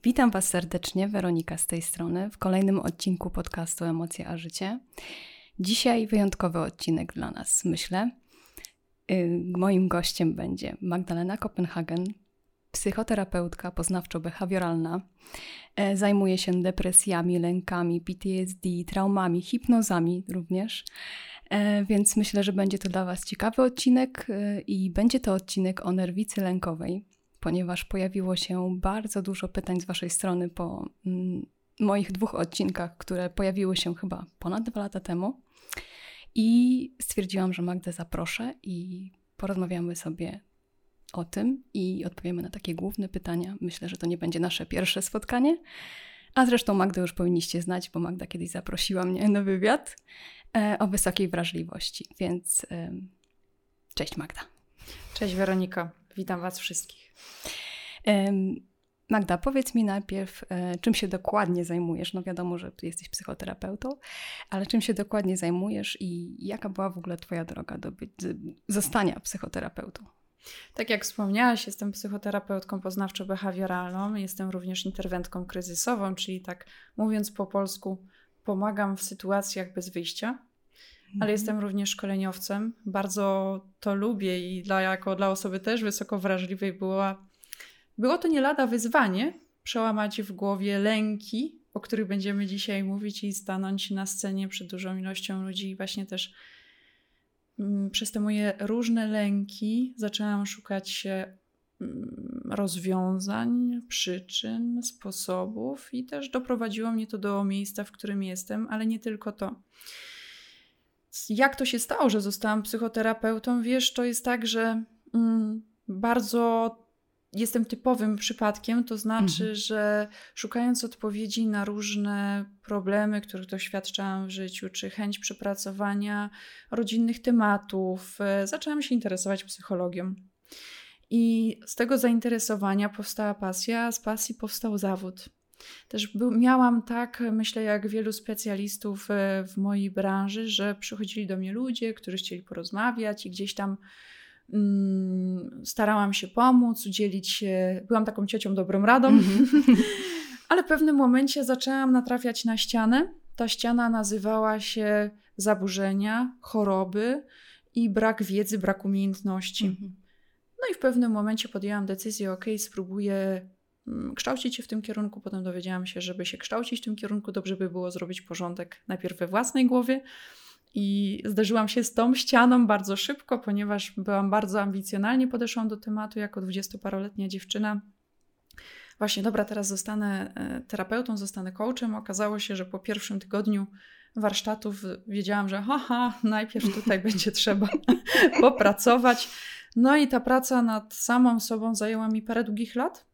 Witam Was serdecznie, Weronika z tej strony, w kolejnym odcinku podcastu Emocje a Życie. Dzisiaj wyjątkowy odcinek dla nas, myślę. Moim gościem będzie Magdalena Kopenhagen, psychoterapeutka poznawczo-behawioralna. Zajmuje się depresjami, lękami, PTSD, traumami, hipnozami również. Więc myślę, że będzie to dla Was ciekawy odcinek i będzie to odcinek o nerwicy lękowej, ponieważ pojawiło się bardzo dużo pytań z Waszej strony po moich 2 odcinkach, które pojawiły się chyba ponad 2 lata temu. I stwierdziłam, że Magdę zaproszę i porozmawiamy sobie o tym i odpowiemy na takie główne pytania. Myślę, że to nie będzie nasze pierwsze spotkanie, a zresztą Magdę już powinniście znać, bo Magda kiedyś zaprosiła mnie na wywiad o wysokiej wrażliwości. Więc cześć Magda. Cześć Weronika, witam Was wszystkich. Magda, powiedz mi najpierw, czym się dokładnie zajmujesz. No wiadomo, że ty jesteś psychoterapeutą, ale czym się dokładnie zajmujesz i jaka była w ogóle twoja droga do zostania psychoterapeutą? Tak jak wspomniałaś, jestem psychoterapeutką poznawczo-behawioralną, jestem również interwentką kryzysową, czyli tak mówiąc po polsku, pomagam w sytuacjach bez wyjścia, ale jestem również szkoleniowcem. Bardzo to lubię i dla osoby też wysoko wrażliwej było to nie lada wyzwanie przełamać w głowie lęki, o których będziemy dzisiaj mówić i stanąć na scenie przed dużą ilością ludzi. I właśnie też przez te moje różne lęki zaczęłam szukać rozwiązań, przyczyn, sposobów i też doprowadziło mnie to do miejsca, w którym jestem, ale nie tylko to. Jak to się stało, że zostałam psychoterapeutą? Wiesz, to jest tak, że bardzo jestem typowym przypadkiem, to znaczy, że szukając odpowiedzi na różne problemy, których doświadczałam w życiu, czy chęć przepracowania rodzinnych tematów, zaczęłam się interesować psychologią. I z tego zainteresowania powstała pasja, a z pasji powstał zawód. Też miałam tak, myślę, jak wielu specjalistów w mojej branży, że przychodzili do mnie ludzie, którzy chcieli porozmawiać i gdzieś tam starałam się pomóc, udzielić się, byłam taką ciocią dobrą radą, ale w pewnym momencie zaczęłam natrafiać na ścianę. Ta ściana nazywała się zaburzenia, choroby i brak wiedzy, brak umiejętności. No i w pewnym momencie podjęłam decyzję, spróbuję kształcić się w tym kierunku, potem dowiedziałam się, żeby się kształcić w tym kierunku, dobrze by było zrobić porządek najpierw we własnej głowie. I zderzyłam się z tą ścianą bardzo szybko, ponieważ byłam bardzo ambicjonalnie podeszłam do tematu jako 20-paroletnia dziewczyna. Właśnie, dobra, teraz zostanę terapeutą, zostanę coachem. Okazało się, że po pierwszym tygodniu warsztatów wiedziałam, że najpierw tutaj będzie trzeba popracować. No i ta praca nad samą sobą zajęła mi parę długich lat,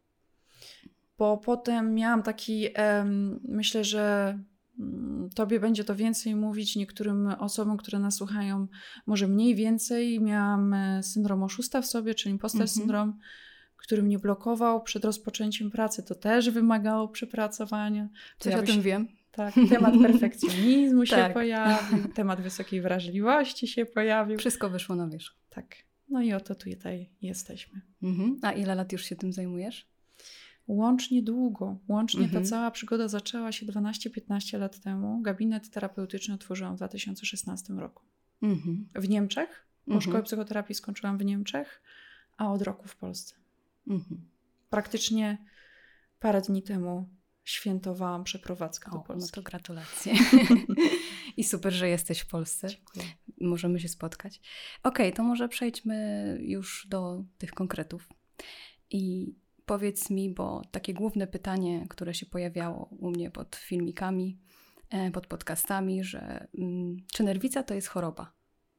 bo potem miałam taki, myślę, że Tobie będzie to więcej mówić, niektórym osobom, które nas słuchają, może mniej więcej. Miałam syndrom oszusta w sobie, czyli imposter syndrom, który mnie blokował przed rozpoczęciem pracy. To też wymagało przepracowania. Coś o tym wiem. Tak, temat perfekcjonizmu się pojawił, temat wysokiej wrażliwości się pojawił. Wszystko wyszło na wierzch. Tak, no i oto tutaj jesteśmy. A ile lat już się tym zajmujesz? Łącznie długo. Łącznie ta cała przygoda zaczęła się 12-15 lat temu. Gabinet terapeutyczny otworzyłam w 2016 roku. W Niemczech, bo szkołę psychoterapii skończyłam w Niemczech, a od roku w Polsce. Praktycznie parę dni temu świętowałam przeprowadzkę do Polski. No to gratulacje. I super, że jesteś w Polsce. Dziękuję. Możemy się spotkać. To może przejdźmy już do tych konkretów. I powiedz mi, bo takie główne pytanie, które się pojawiało u mnie pod filmikami, pod podcastami, że czy nerwica to jest choroba?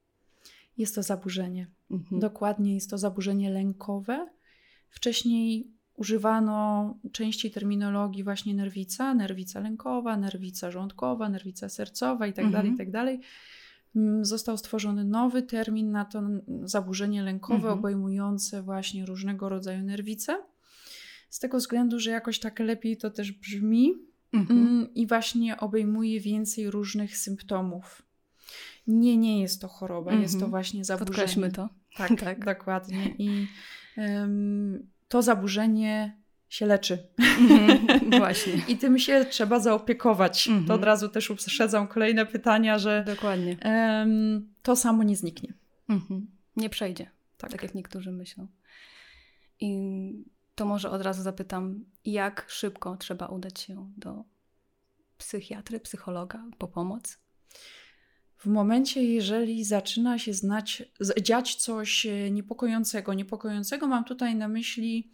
Jest to zaburzenie. Dokładnie, jest to zaburzenie lękowe. Wcześniej używano częściej terminologii właśnie nerwica lękowa, nerwica żołądkowa, nerwica sercowa itd., itd. Został stworzony nowy termin na to zaburzenie lękowe obejmujące właśnie różnego rodzaju nerwice. Z tego względu, że jakoś tak lepiej to też brzmi i właśnie obejmuje więcej różnych symptomów. Nie jest to choroba, jest to właśnie zaburzenie. Podkreślmy to. Tak, dokładnie. I to zaburzenie się leczy. Właśnie. I tym się trzeba zaopiekować. To od razu też uprzedzam kolejne pytania, że dokładnie. To samo nie zniknie. Nie przejdzie, tak jak niektórzy myślą. I to może od razu zapytam, jak szybko trzeba udać się do psychiatry, psychologa po pomoc? W momencie, jeżeli zaczyna się dziać coś niepokojącego, mam tutaj na myśli,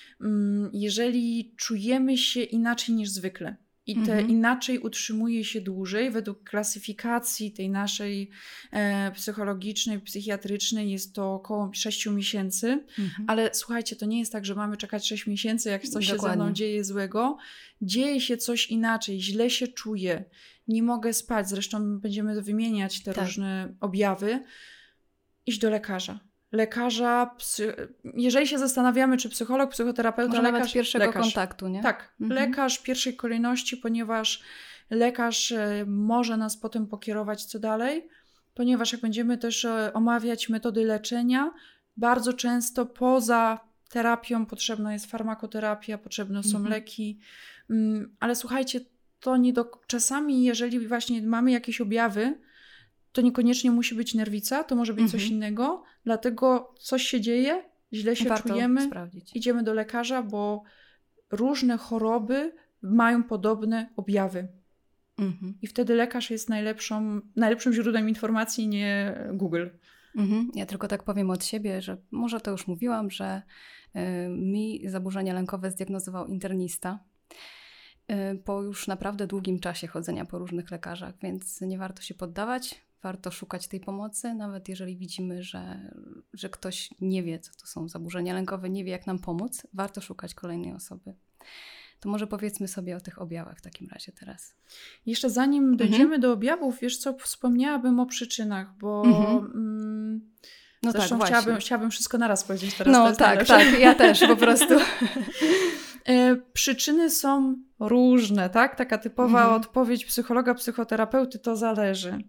jeżeli czujemy się inaczej niż zwykle i inaczej utrzymuje się dłużej, według klasyfikacji tej naszej psychologicznej, psychiatrycznej jest to około 6 miesięcy, ale słuchajcie, to nie jest tak, że mamy czekać 6 miesięcy, jak coś się ze mną dzieje złego. Dzieje się coś inaczej, źle się czuję, nie mogę spać, zresztą będziemy wymieniać te różne objawy. Iść do lekarza. Jeżeli się zastanawiamy, czy psycholog, psychoterapeuta, może lekarz, nawet pierwszego kontaktu, nie? Tak, lekarz w pierwszej kolejności, ponieważ lekarz może nas potem pokierować co dalej, ponieważ jak będziemy też omawiać metody leczenia, bardzo często poza terapią potrzebna jest farmakoterapia, potrzebne są leki, ale słuchajcie, to czasami jeżeli właśnie mamy jakieś objawy, to niekoniecznie musi być nerwica, to może być coś innego, dlatego coś się dzieje, źle się czujemy, sprawdzić. Idziemy do lekarza, bo różne choroby mają podobne objawy. I wtedy lekarz jest najlepszym źródłem informacji, nie Google. Ja tylko tak powiem od siebie, że może to już mówiłam, że mi zaburzenia lękowe zdiagnozował internista po już naprawdę długim czasie chodzenia po różnych lekarzach, więc nie warto się poddawać, warto szukać tej pomocy, nawet jeżeli widzimy, że ktoś nie wie, co to są zaburzenia lękowe, nie wie, jak nam pomóc, warto szukać kolejnej osoby. To może powiedzmy sobie o tych objawach w takim razie teraz. Jeszcze zanim dojdziemy do objawów, wiesz co, wspomniałabym o przyczynach, bo no zresztą tak, chciałabym wszystko naraz powiedzieć teraz. No tak, ja też po prostu. Przyczyny są różne, tak? Taka typowa odpowiedź psychologa, psychoterapeuty, to zależy.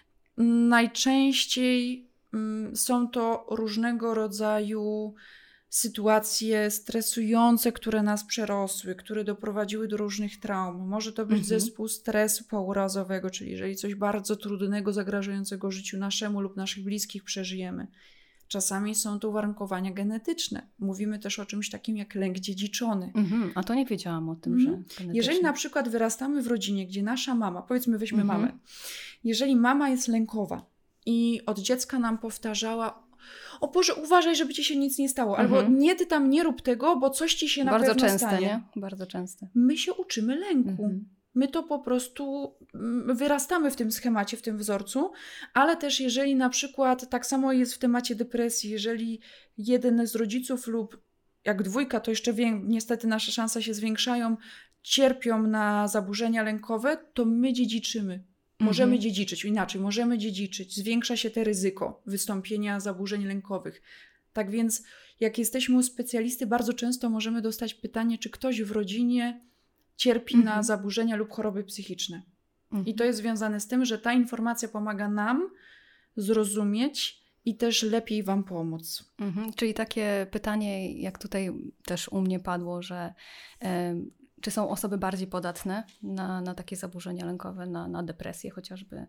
Najczęściej są to różnego rodzaju sytuacje stresujące, które nas przerosły, które doprowadziły do różnych traum. Może to być zespół stresu pourazowego, czyli jeżeli coś bardzo trudnego, zagrażającego życiu naszemu lub naszych bliskich przeżyjemy. Czasami są to uwarunkowania genetyczne. Mówimy też o czymś takim jak lęk dziedziczony. A to nie wiedziałam o tym, że genetycznie. Jeżeli na przykład wyrastamy w rodzinie, gdzie nasza mama, powiedzmy weźmy mamę, jeżeli mama jest lękowa i od dziecka nam powtarzała: o Boże, uważaj, żeby ci się nic nie stało. Albo nie, ty tam nie rób tego, bo coś ci się na pewno stanie. Nie? Bardzo często. My się uczymy lęku. My to po prostu wyrastamy w tym schemacie, w tym wzorcu, ale też jeżeli na przykład, tak samo jest w temacie depresji, jeżeli jeden z rodziców lub jak dwójka, to jeszcze niestety nasze szanse się zwiększają, cierpią na zaburzenia lękowe, to my dziedziczymy. Możemy dziedziczyć, zwiększa się to ryzyko wystąpienia zaburzeń lękowych. Tak więc jak jesteśmy u specjalisty, bardzo często możemy dostać pytanie, czy ktoś w rodzinie cierpi na zaburzenia lub choroby psychiczne. I to jest związane z tym, że ta informacja pomaga nam zrozumieć i też lepiej wam pomóc. Czyli takie pytanie, jak tutaj też u mnie padło, że czy są osoby bardziej podatne na takie zaburzenia lękowe, na depresję chociażby?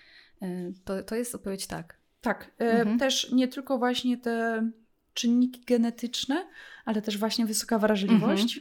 To jest odpowiedź tak. Tak. Też nie tylko właśnie te czynniki genetyczne, ale też właśnie wysoka wrażliwość.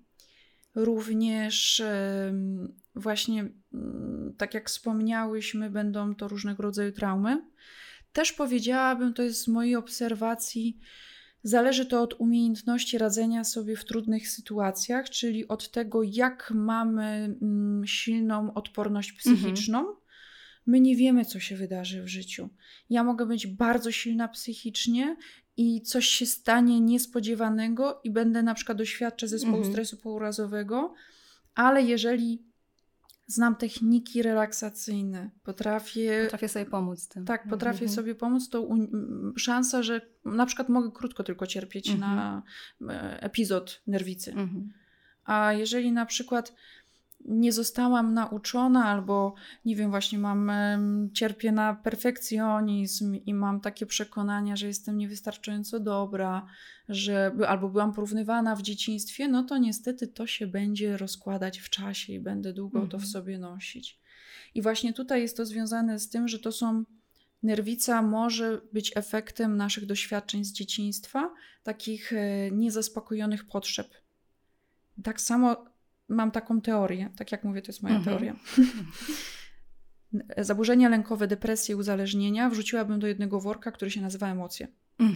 Również właśnie, tak jak wspomniałyśmy, będą to różnego rodzaju traumy. Też powiedziałabym, to jest z mojej obserwacji, zależy to od umiejętności radzenia sobie w trudnych sytuacjach, czyli od tego, jak mamy silną odporność psychiczną. My nie wiemy, co się wydarzy w życiu. Ja mogę być bardzo silna psychicznie i coś się stanie niespodziewanego i będę na przykład doświadczać zespołu stresu pourazowego, ale jeżeli znam techniki relaksacyjne, potrafię sobie pomóc tym. Tak, potrafię sobie pomóc, to szansa, że na przykład mogę krótko tylko cierpieć na epizod nerwicy. A jeżeli na przykład nie zostałam nauczona albo, nie wiem, właśnie cierpię na perfekcjonizm i mam takie przekonania, że jestem niewystarczająco dobra, albo byłam porównywana w dzieciństwie, no to niestety to się będzie rozkładać w czasie i będę długo to w sobie nosić. I właśnie tutaj jest to związane z tym, że nerwica może być efektem naszych doświadczeń z dzieciństwa, takich niezaspokojonych potrzeb. Tak samo mam taką teorię, tak jak mówię, to jest moja teoria. Zaburzenia lękowe, depresje, uzależnienia wrzuciłabym do jednego worka, który się nazywa emocje.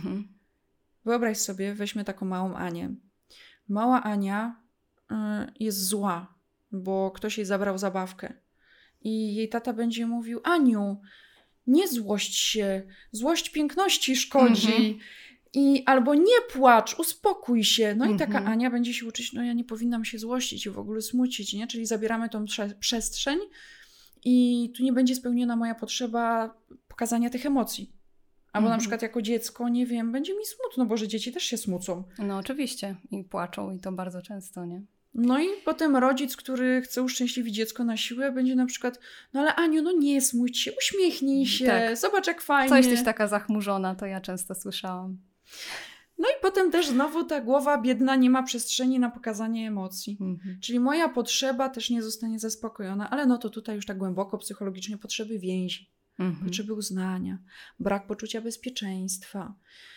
Wyobraź sobie, weźmy taką małą Anię. Mała Ania jest zła, bo ktoś jej zabrał zabawkę. I jej tata będzie mówił: Aniu, nie złość się, złość piękności szkodzi. Albo nie płacz, uspokój się. No i taka Ania będzie się uczyć, no ja nie powinnam się złościć i w ogóle smucić, nie? Czyli zabieramy tą przestrzeń i tu nie będzie spełniona moja potrzeba pokazania tych emocji. Albo na przykład jako dziecko, nie wiem, będzie mi smutno, bo że dzieci też się smucą. No oczywiście i płaczą i to bardzo często, nie? No i potem rodzic, który chce uszczęśliwić dziecko na siłę, będzie na przykład: no ale Aniu, no nie smuć się, uśmiechnij się, zobacz jak fajnie. Co jesteś taka zachmurzona, to ja często słyszałam. No i potem też znowu ta głowa biedna nie ma przestrzeni na pokazanie emocji. Czyli moja potrzeba też nie zostanie zaspokojona, ale no to tutaj już tak głęboko psychologicznie potrzeby więzi, potrzeby uznania, brak poczucia bezpieczeństwa.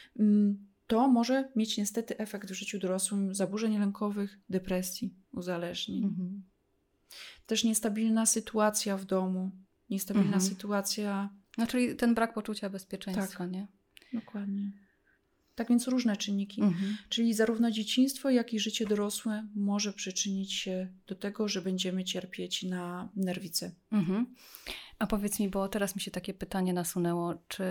To może mieć niestety efekt w życiu dorosłym zaburzeń lękowych, depresji, uzależnień. Też niestabilna sytuacja w domu, niestabilna sytuacja... No czyli ten brak poczucia bezpieczeństwa, tak, nie? Dokładnie. Tak więc różne czynniki. Czyli zarówno dzieciństwo, jak i życie dorosłe może przyczynić się do tego, że będziemy cierpieć na nerwice. A powiedz mi, bo teraz mi się takie pytanie nasunęło, czy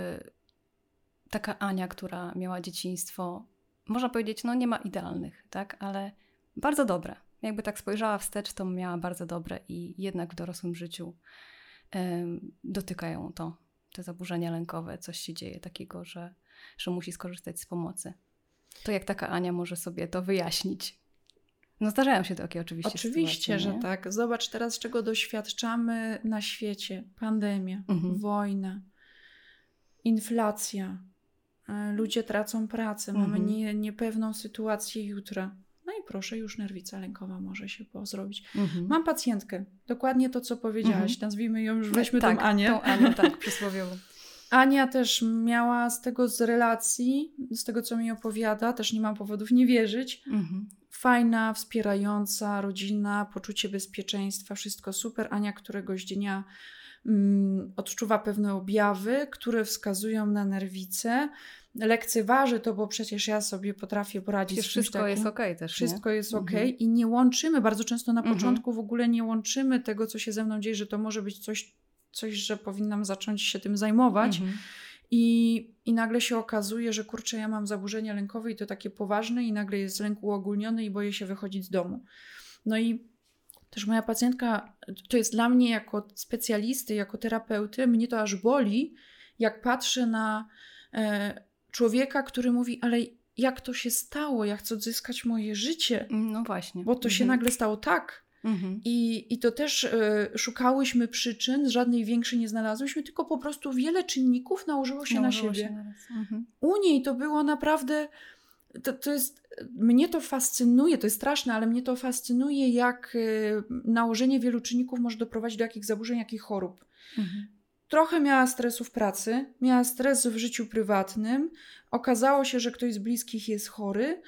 taka Ania, która miała dzieciństwo, można powiedzieć, no nie ma idealnych, tak? Ale bardzo dobre. Jakby tak spojrzała wstecz, to miała bardzo dobre i jednak w dorosłym życiu dotykają te zaburzenia lękowe. Coś się dzieje takiego, że musi skorzystać z pomocy. To jak taka Ania może sobie to wyjaśnić? No zdarzają się takie oczywiście sytuacje, że nie? tak. Zobacz teraz, czego doświadczamy na świecie. Pandemia, wojna, inflacja. Ludzie tracą pracę, mamy niepewną sytuację jutra. No i proszę, już nerwica lękowa może się zrobić. Mam pacjentkę, dokładnie to, co powiedziałaś. Nazwijmy ją już, weźmy tą Anię. Tą Anię, tak, przysłowiową. Ania też miała z relacji, z tego, co mi opowiada, też nie mam powodów nie wierzyć. Fajna, wspierająca rodzina, poczucie bezpieczeństwa, wszystko super. Ania któregoś dnia odczuwa pewne objawy, które wskazują na nerwicę. Lekceważy to, bo przecież ja sobie potrafię poradzić z czymś wszystko takim. Jest okej też, wszystko jest okej i nie łączymy, bardzo często na początku w ogóle nie łączymy tego, co się ze mną dzieje, że to może być coś, że powinnam zacząć się tym zajmować. I nagle się okazuje, że kurczę, ja mam zaburzenia lękowe i to takie poważne i nagle jest lęk uogólniony i boję się wychodzić z domu. No i też moja pacjentka, to jest dla mnie jako specjalisty, jako terapeuty, mnie to aż boli, jak patrzę na człowieka, który mówi: ale jak to się stało? Ja chcę odzyskać moje życie. No właśnie. Bo to się nagle stało tak. I to też szukałyśmy przyczyn, żadnej większej nie znalazłyśmy, tylko po prostu wiele czynników nałożyło się na siebie. U niej to było naprawdę... To jest, mnie to fascynuje, to jest straszne, ale mnie to fascynuje, jak nałożenie wielu czynników może doprowadzić do jakich zaburzeń, jakich chorób. Trochę miała stresu w pracy, miała stres w życiu prywatnym, okazało się, że ktoś z bliskich jest chory,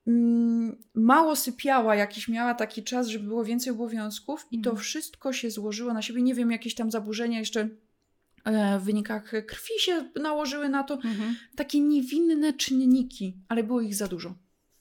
mało sypiała, jakiś miała taki czas, żeby było więcej obowiązków i to wszystko się złożyło na siebie. Nie wiem, jakieś tam zaburzenia jeszcze w wynikach krwi się nałożyły na to. Takie niewinne czynniki, ale było ich za dużo.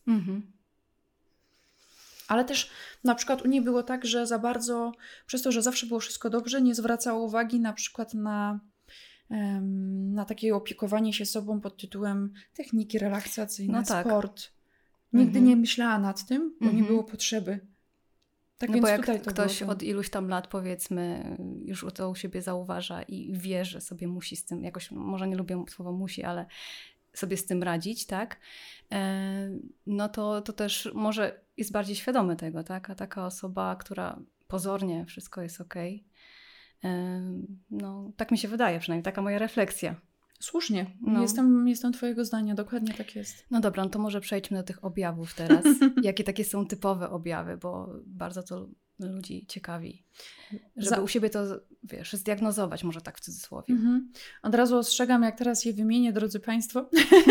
Ale też na przykład u niej było tak, że za bardzo, przez to, że zawsze było wszystko dobrze, nie zwracała uwagi na przykład na takie opiekowanie się sobą pod tytułem techniki relaksacyjne, sport. Nigdy nie myślała nad tym, bo nie było potrzeby. Tak no więc bo jak tutaj to ktoś było od iluś tam lat, powiedzmy, już to u siebie zauważa i wie, że sobie musi z tym jakoś, może nie lubię słowa musi, ale sobie z tym radzić, tak? No to też może jest bardziej świadomy tego, tak? A taka osoba, która pozornie wszystko jest okej. No, tak mi się wydaje, przynajmniej taka moja refleksja. Słusznie. No. Jestem twojego zdania. Dokładnie tak jest. No dobra, no to może przejdźmy do tych objawów teraz. Jakie takie są typowe objawy, bo bardzo to ludzi ciekawi. Żeby u siebie to, wiesz, zdiagnozować, może tak w cudzysłowie. Od razu ostrzegam, jak teraz je wymienię, drodzy Państwo.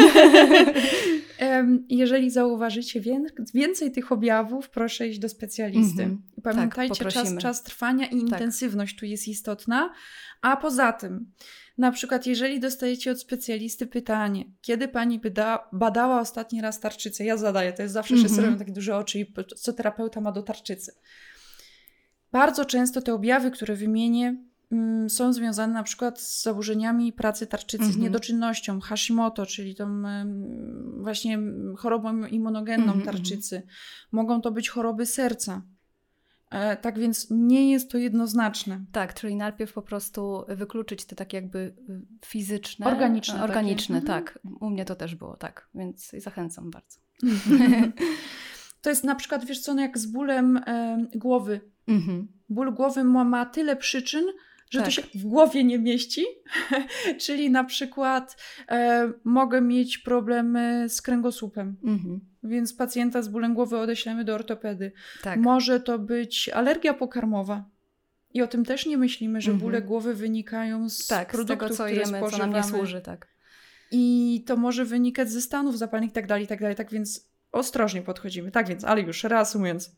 Jeżeli zauważycie więcej tych objawów, proszę iść do specjalisty. Pamiętajcie, tak, czas trwania i intensywność tu jest istotna. A poza tym, na przykład jeżeli dostajecie od specjalisty pytanie, kiedy pani badała ostatni raz tarczycę? Ja zadaję, to jest zawsze, wszyscy robią takie duże oczy i co terapeuta ma do tarczycy. Bardzo często te objawy, które wymienię, są związane na przykład z zaburzeniami pracy tarczycy, z niedoczynnością Hashimoto, czyli tą właśnie chorobą immunogenną tarczycy. Mogą to być choroby serca. Tak więc nie jest to jednoznaczne. Tak, czyli najpierw po prostu wykluczyć te takie jakby fizyczne, organiczne tak. U mnie to też było tak, więc zachęcam bardzo. To jest na przykład, wiesz co, no jak z bólem głowy. Ból głowy ma tyle przyczyn, że to się w głowie nie mieści. Czyli na przykład mogę mieć problemy z kręgosłupem. Więc pacjenta z bólem głowy odeślemy do ortopedy. Tak. Może to być alergia pokarmowa. I o tym też nie myślimy, że bóle głowy wynikają z produktów, z tego, co które jemy, spożywamy. co nam nie służy. Tak. I to może wynikać ze stanów zapalnych i tak dalej, tak więc ostrożnie podchodzimy. Tak więc, ale już reasumując.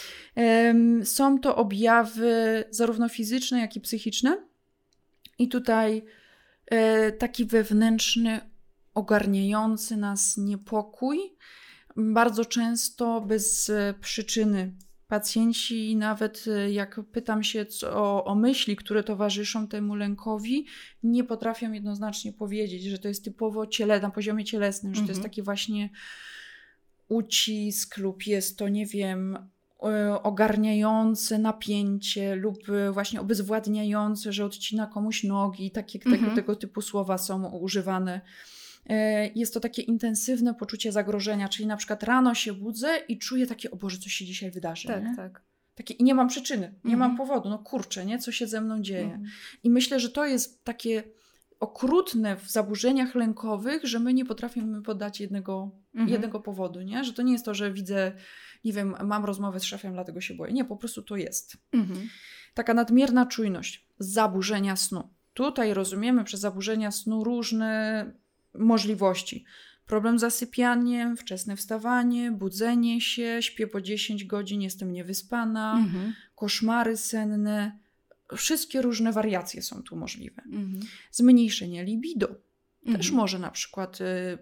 Są to objawy zarówno fizyczne, jak i psychiczne. I tutaj taki wewnętrzny, ogarniający nas niepokój, bardzo często bez przyczyny. Pacjenci, nawet jak pytam się o myśli, które towarzyszą temu lękowi, nie potrafią jednoznacznie powiedzieć, że to jest typowo na poziomie cielesnym, że to jest taki właśnie ucisk lub jest to, nie wiem, ogarniające napięcie lub właśnie obezwładniające, że odcina komuś nogi. Tego typu słowa są używane. Jest to takie intensywne poczucie zagrożenia, czyli na przykład rano się budzę i czuję takie, o Boże, co się dzisiaj wydarzy. Tak, nie? tak. Takie, i nie mam przyczyny, nie mam powodu, no kurczę, nie? Co się ze mną dzieje. I myślę, że to jest takie okrutne w zaburzeniach lękowych, że my nie potrafimy podać jednego powodu, nie? Że to nie jest to, że widzę, nie wiem, mam rozmowę z szefem, dlatego się boję. Nie, po prostu to jest. Taka nadmierna czujność, zaburzenia snu. Tutaj rozumiemy przez zaburzenia snu różne możliwości. Problem z zasypianiem, wczesne wstawanie, budzenie się, śpię po 10 godzin, jestem niewyspana, koszmary senne. Wszystkie różne wariacje są tu możliwe. Zmniejszenie libido. Też może na przykład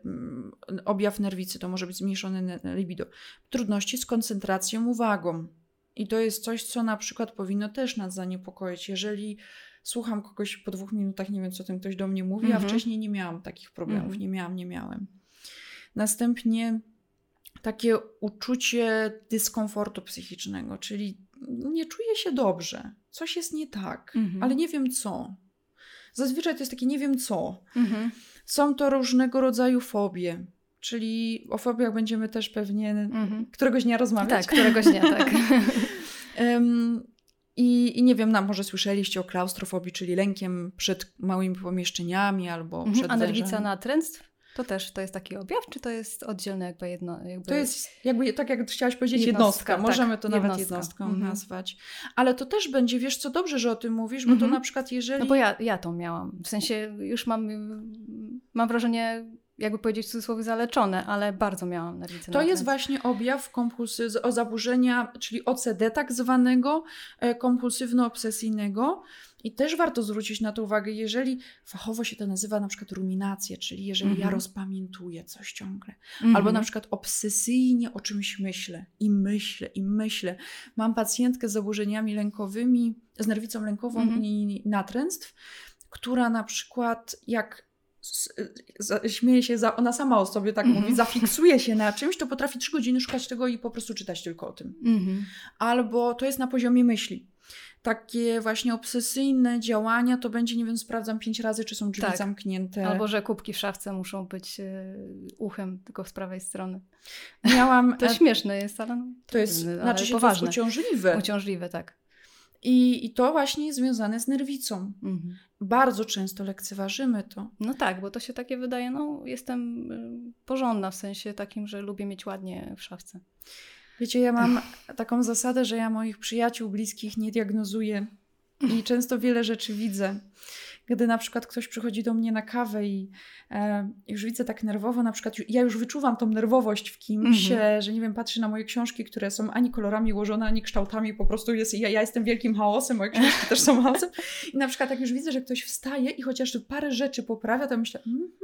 objaw nerwicy, to może być zmniejszone libido. Trudności z koncentracją, uwagą. I to jest coś, co na przykład powinno też nas zaniepokoić. Jeżeli słucham kogoś po 2 minutach, nie wiem, co ten ktoś do mnie mówi, a wcześniej nie miałam takich problemów. Nie miałem. Następnie takie uczucie dyskomfortu psychicznego, czyli nie czuję się dobrze. Coś jest nie tak, ale nie wiem co. Zazwyczaj to jest takie nie wiem co. Są to różnego rodzaju fobie, czyli o fobiach będziemy też pewnie któregoś dnia rozmawiać. Tak, któregoś dnia, tak. I nie wiem, może słyszeliście o klaustrofobii, czyli lękiem przed małymi pomieszczeniami albo przed A nerwica natręctw? To jest taki objaw, czy to jest oddzielne jedno? To jest jakby, tak jak chciałaś powiedzieć, jednostka. Możemy to nawet jednostką nazwać. Ale to też będzie, wiesz co, dobrze, że o tym mówisz, bo to na przykład jeżeli... No bo ja to miałam. W sensie już mam wrażenie, jakby powiedzieć w cudzysłowie zaleczone, ale bardzo miałam nerwicę. To jest właśnie objaw zaburzenia, czyli OCD tak zwanego, kompulsywno-obsesyjnego. I też warto zwrócić na to uwagę, jeżeli fachowo się to nazywa na przykład ruminację, czyli jeżeli ja rozpamiętuję coś ciągle, albo na przykład obsesyjnie o czymś myślę. Mam pacjentkę z zaburzeniami lękowymi, z nerwicą lękową i natręstw, która na przykład śmieje się, ona sama o sobie tak mówi, zafiksuje się na czymś, to potrafi 3 godziny szukać tego i po prostu czytać tylko o tym. Albo to jest na poziomie myśli. Takie właśnie obsesyjne działania to będzie, nie wiem, sprawdzam 5 razy, czy są drzwi zamknięte. Albo że kubki w szafce muszą być uchem tylko z prawej strony. To śmieszne jest, ale to jest poważne. Uciążliwe. Uciążliwe, tak. I to właśnie jest związane z nerwicą. Bardzo często lekceważymy to. No tak, bo to się takie wydaje, jestem porządna w sensie takim, że lubię mieć ładnie w szafce. Wiecie, ja mam taką zasadę, że ja moich przyjaciół bliskich nie diagnozuję i często wiele rzeczy widzę. Gdy na przykład ktoś przychodzi do mnie na kawę i już widzę tak nerwowo, na przykład ja już wyczuwam tą nerwowość w kimś, że nie wiem, patrzy na moje książki, które są ani kolorami ułożone, ani kształtami, po prostu ja jestem wielkim chaosem, moje książki też są chaosem. I na przykład jak już widzę, że ktoś wstaje i chociaż parę rzeczy poprawia, to myślę,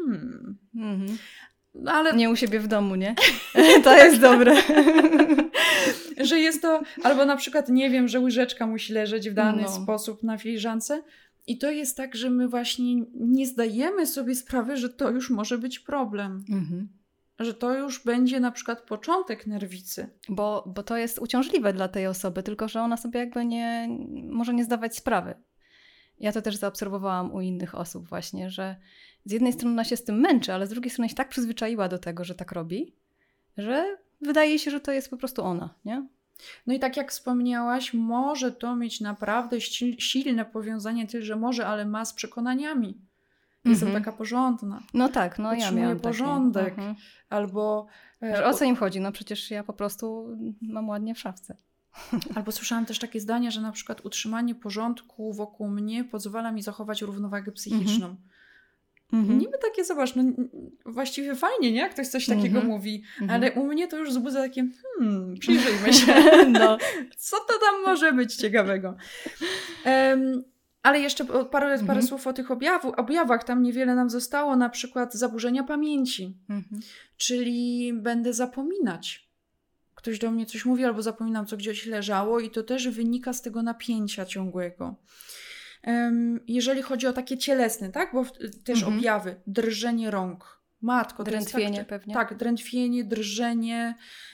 No, ale nie u siebie w domu, nie? To jest dobre. Że jest to, albo na przykład nie wiem, że łyżeczka musi leżeć w dany sposób na filiżance. I to jest tak, że my właśnie nie zdajemy sobie sprawy, że to już może być problem. Że to już będzie na przykład początek nerwicy. Bo to jest uciążliwe dla tej osoby, tylko że ona sobie jakby może nie zdawać sprawy. Ja to też zaobserwowałam u innych osób właśnie, że z jednej strony ona się z tym męczy, ale z drugiej strony się tak przyzwyczaiła do tego, że tak robi, że wydaje się, że to jest po prostu ona, nie? No i tak jak wspomniałaś, może to mieć naprawdę silne powiązanie, tyle że może, ale ma z przekonaniami. Jestem taka porządna. No tak, ja miałam porządek. Albo... O co im chodzi? No przecież ja po prostu mam ładnie w szafce. Albo słyszałam też takie zdanie, że na przykład utrzymanie porządku wokół mnie pozwala mi zachować równowagę psychiczną. Niby takie, zobacz, właściwie fajnie, nie? Jak ktoś coś takiego mówi, ale u mnie to już wzbudza takie, przyjrzyjmy się, co to tam może być ciekawego. Ale jeszcze parę słów o tych objawach. Tam niewiele nam zostało, na przykład zaburzenia pamięci, czyli będę zapominać. Ktoś do mnie coś mówi albo zapominam, co gdzieś leżało i to też wynika z tego napięcia ciągłego. Jeżeli chodzi o takie cielesne, tak? Bo też objawy, drżenie rąk. Matko, drętwienie pewnie. Tak, drętwienie, drżenie,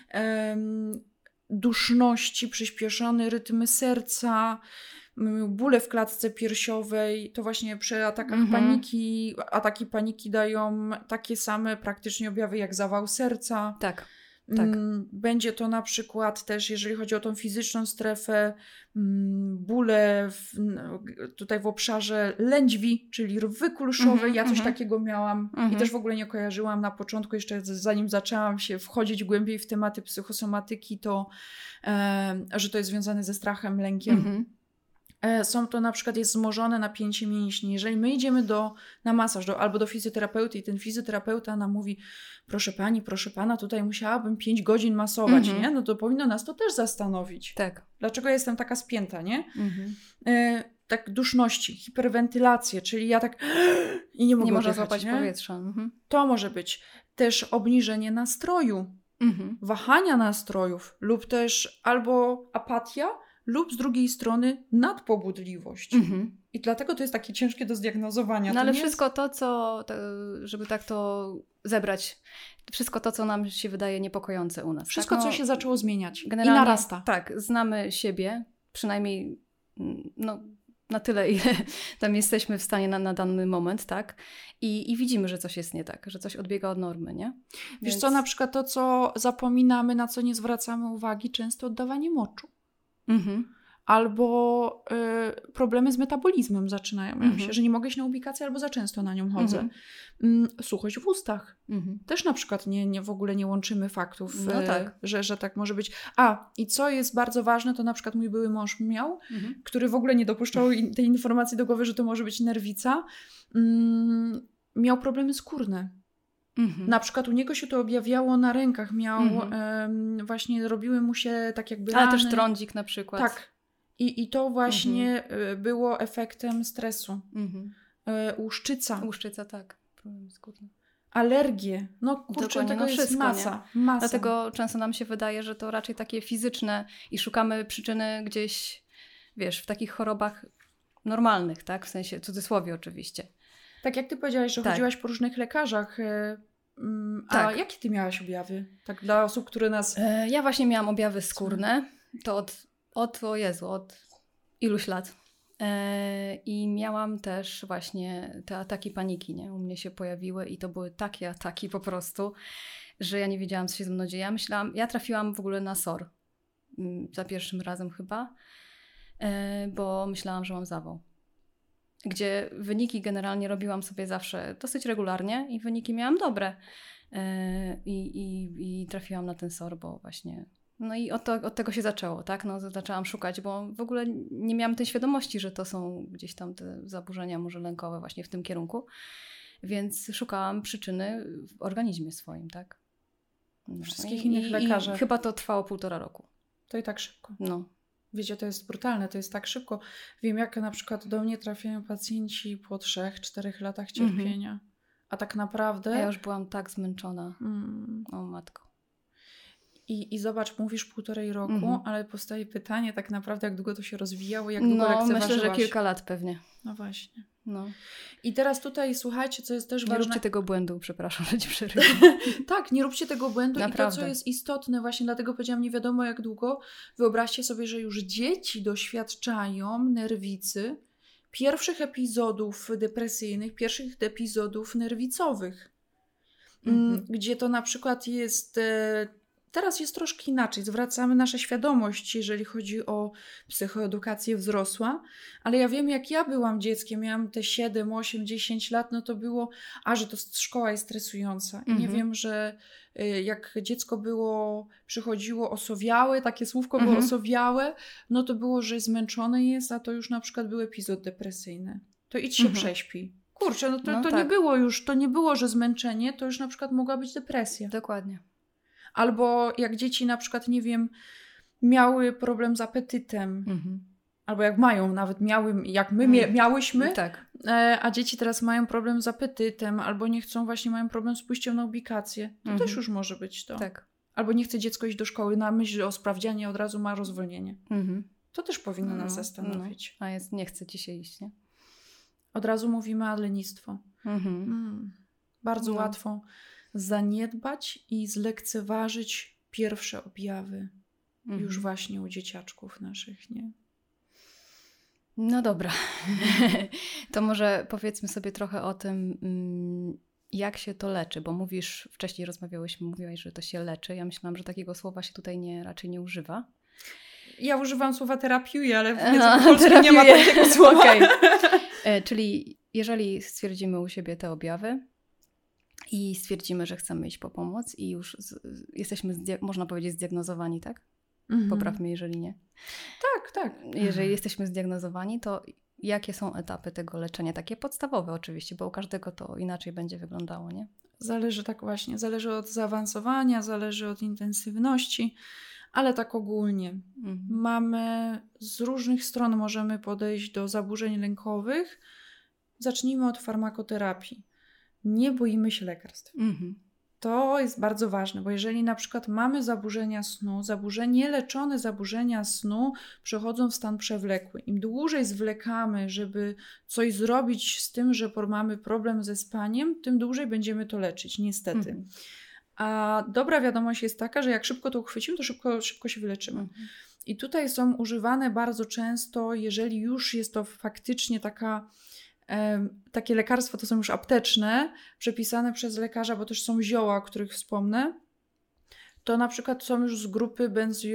duszności, przyspieszone rytmy serca, bóle w klatce piersiowej. To właśnie przy atakach paniki. Ataki paniki dają takie same praktycznie objawy jak zawał serca. Tak. Będzie to na przykład też, jeżeli chodzi o tą fizyczną strefę, bóle tutaj w obszarze lędźwi, czyli rwy kulszowej. Ja coś takiego miałam i też w ogóle nie kojarzyłam na początku, jeszcze zanim zaczęłam się wchodzić głębiej w tematy psychosomatyki, to że to jest związane ze strachem, lękiem. Są to na przykład, jest wzmożone napięcie mięśni. Jeżeli my idziemy na masaż albo do fizjoterapeuty i ten fizjoterapeuta nam mówi, proszę pani, proszę pana, tutaj musiałabym 5 godzin masować, nie? No to powinno nas to też zastanowić. Tak. Dlaczego ja jestem taka spięta, nie? Tak duszności, hiperwentylacje, czyli ja tak i nie mogę nie można oddychać, złapać powietrza. To może być też obniżenie nastroju, wahania nastrojów lub też albo apatia, lub z drugiej strony nadpobudliwość. I dlatego to jest takie ciężkie do zdiagnozowania. No ale wszystko to, żeby tak to zebrać, wszystko to, co nam się wydaje niepokojące u nas. Wszystko, co się zaczęło zmieniać generalnie, i narasta. Tak, znamy siebie, przynajmniej na tyle, ile tam jesteśmy w stanie na dany moment, tak? I widzimy, że coś jest nie tak, że coś odbiega od normy, nie? Wiesz co, na przykład to, co zapominamy, na co nie zwracamy uwagi, często oddawanie moczu. Albo problemy z metabolizmem zaczynają się, że nie mogę iść na ubikację albo za często na nią chodzę. Suchość w ustach. Też na przykład w ogóle nie łączymy faktów, tak. Że tak może być. I co jest bardzo ważne, to na przykład mój były mąż miał, który w ogóle nie dopuszczał tej informacji do głowy, że to może być nerwica. Miał problemy skórne. Na przykład u niego się to objawiało na rękach. Miał, właśnie robiły mu się tak jakby rany. Ale też trądzik na przykład. Tak. I to właśnie było efektem stresu. Łuszczyca. Łuszczyca, tak. Problem skórny. Alergie. No kurczę, tego jest wszystko, masa. Dlatego często nam się wydaje, że to raczej takie fizyczne i szukamy przyczyny gdzieś, w takich chorobach normalnych, tak? W sensie, w cudzysłowie oczywiście. Tak jak ty powiedziałaś, że chodziłaś po różnych lekarzach. A jakie ty miałaś objawy? Tak dla osób, które nas... Ja właśnie miałam objawy skórne. To od iluś lat. I miałam też właśnie te ataki paniki, nie? U mnie się pojawiły i to były takie ataki po prostu, że ja nie wiedziałam, co się ze mną dzieje. Ja trafiłam w ogóle na SOR za pierwszym razem chyba. bo myślałam, że mam zawał. Gdzie wyniki generalnie robiłam sobie zawsze dosyć regularnie i wyniki miałam dobre. I trafiłam na ten SOR, bo właśnie... No i od tego się zaczęło, tak? No, zaczęłam szukać, bo w ogóle nie miałam tej świadomości, że to są gdzieś tam te zaburzenia może lękowe właśnie w tym kierunku. Więc szukałam przyczyny w organizmie swoim, tak? No. Wszystkich innych lekarzach. I chyba to trwało 1,5 roku. To i tak szybko. No. Wiecie, to jest brutalne, to jest tak szybko. Wiem, jak na przykład do mnie trafiają pacjenci po 3-4 latach cierpienia. A tak naprawdę... Ja już byłam tak zmęczona. O matko. I zobacz, mówisz 1,5 roku, ale powstaje pytanie tak naprawdę, jak długo to się rozwijało, jak długo lekceważyłaś. Myślę, że kilka lat pewnie. No właśnie. No. I teraz tutaj, słuchajcie, co jest też ważne... Nie róbcie tego błędu, przepraszam, że ci przerywam. Tak, nie róbcie tego błędu. Naprawdę. I to, co jest istotne, właśnie dlatego powiedziałam, nie wiadomo jak długo, wyobraźcie sobie, że już dzieci doświadczają nerwicy, pierwszych epizodów depresyjnych, pierwszych epizodów nerwicowych. Gdzie to na przykład jest... Teraz jest troszkę inaczej. Zwracamy nasza świadomość, jeżeli chodzi o psychoedukację wzrosła. Ale ja wiem, jak ja byłam dzieckiem, miałam te 7, 8, 10 lat, no to było, że to szkoła jest stresująca. I nie wiem, że jak dziecko przychodziło osowiałe, takie słówko było osowiałe, no to było, że zmęczone jest, a to już na przykład był epizod depresyjny. To idź się prześpi. Kurczę, no to tak. nie było, że zmęczenie, to już na przykład mogła być depresja. Dokładnie. Albo jak dzieci na przykład, nie wiem, miały problem z apetytem, albo jak mają, nawet miały, jak my miałyśmy, tak. A dzieci teraz mają problem z apetytem, albo nie chcą, właśnie mają problem z pójściem na ubikację, to też już może być to. Tak. Albo nie chce dziecko iść do szkoły, na myśl o sprawdzianie od razu ma rozwolnienie. To też powinno nas zastanowić. A nie chce ci się iść, nie? Od razu mówimy lenistwo. Bardzo łatwo zaniedbać i zlekceważyć pierwsze objawy już właśnie u dzieciaczków naszych, nie? No dobra. To może powiedzmy sobie trochę o tym, jak się to leczy, bo wcześniej mówiłaś, że to się leczy. Ja myślałam, że takiego słowa się tutaj raczej nie używa. Ja używam słowa terapiuję, ale w polskim nie ma takiego słowa. Okay. Czyli jeżeli stwierdzimy u siebie te objawy, i stwierdzimy, że chcemy iść po pomoc i już jesteśmy, można powiedzieć, zdiagnozowani, tak? Popraw mnie, jeżeli nie. Tak. Jeżeli jesteśmy zdiagnozowani, to jakie są etapy tego leczenia? Takie podstawowe oczywiście, bo u każdego to inaczej będzie wyglądało, nie? Zależy od zaawansowania, zależy od intensywności, ale tak ogólnie. Mamy z różnych stron możemy podejść do zaburzeń lękowych. Zacznijmy od farmakoterapii. Nie boimy się lekarstw. To jest bardzo ważne, bo jeżeli na przykład mamy zaburzenia snu, nieleczone zaburzenia snu przechodzą w stan przewlekły. Im dłużej zwlekamy, żeby coś zrobić z tym, że mamy problem ze spaniem, tym dłużej będziemy to leczyć, niestety. A dobra wiadomość jest taka, że jak szybko to uchwycimy, to szybko się wyleczymy. I tutaj są używane bardzo często, jeżeli już jest to faktycznie takie lekarstwa, to są już apteczne, przepisane przez lekarza, bo też są zioła, o których wspomnę, to na przykład są już z grupy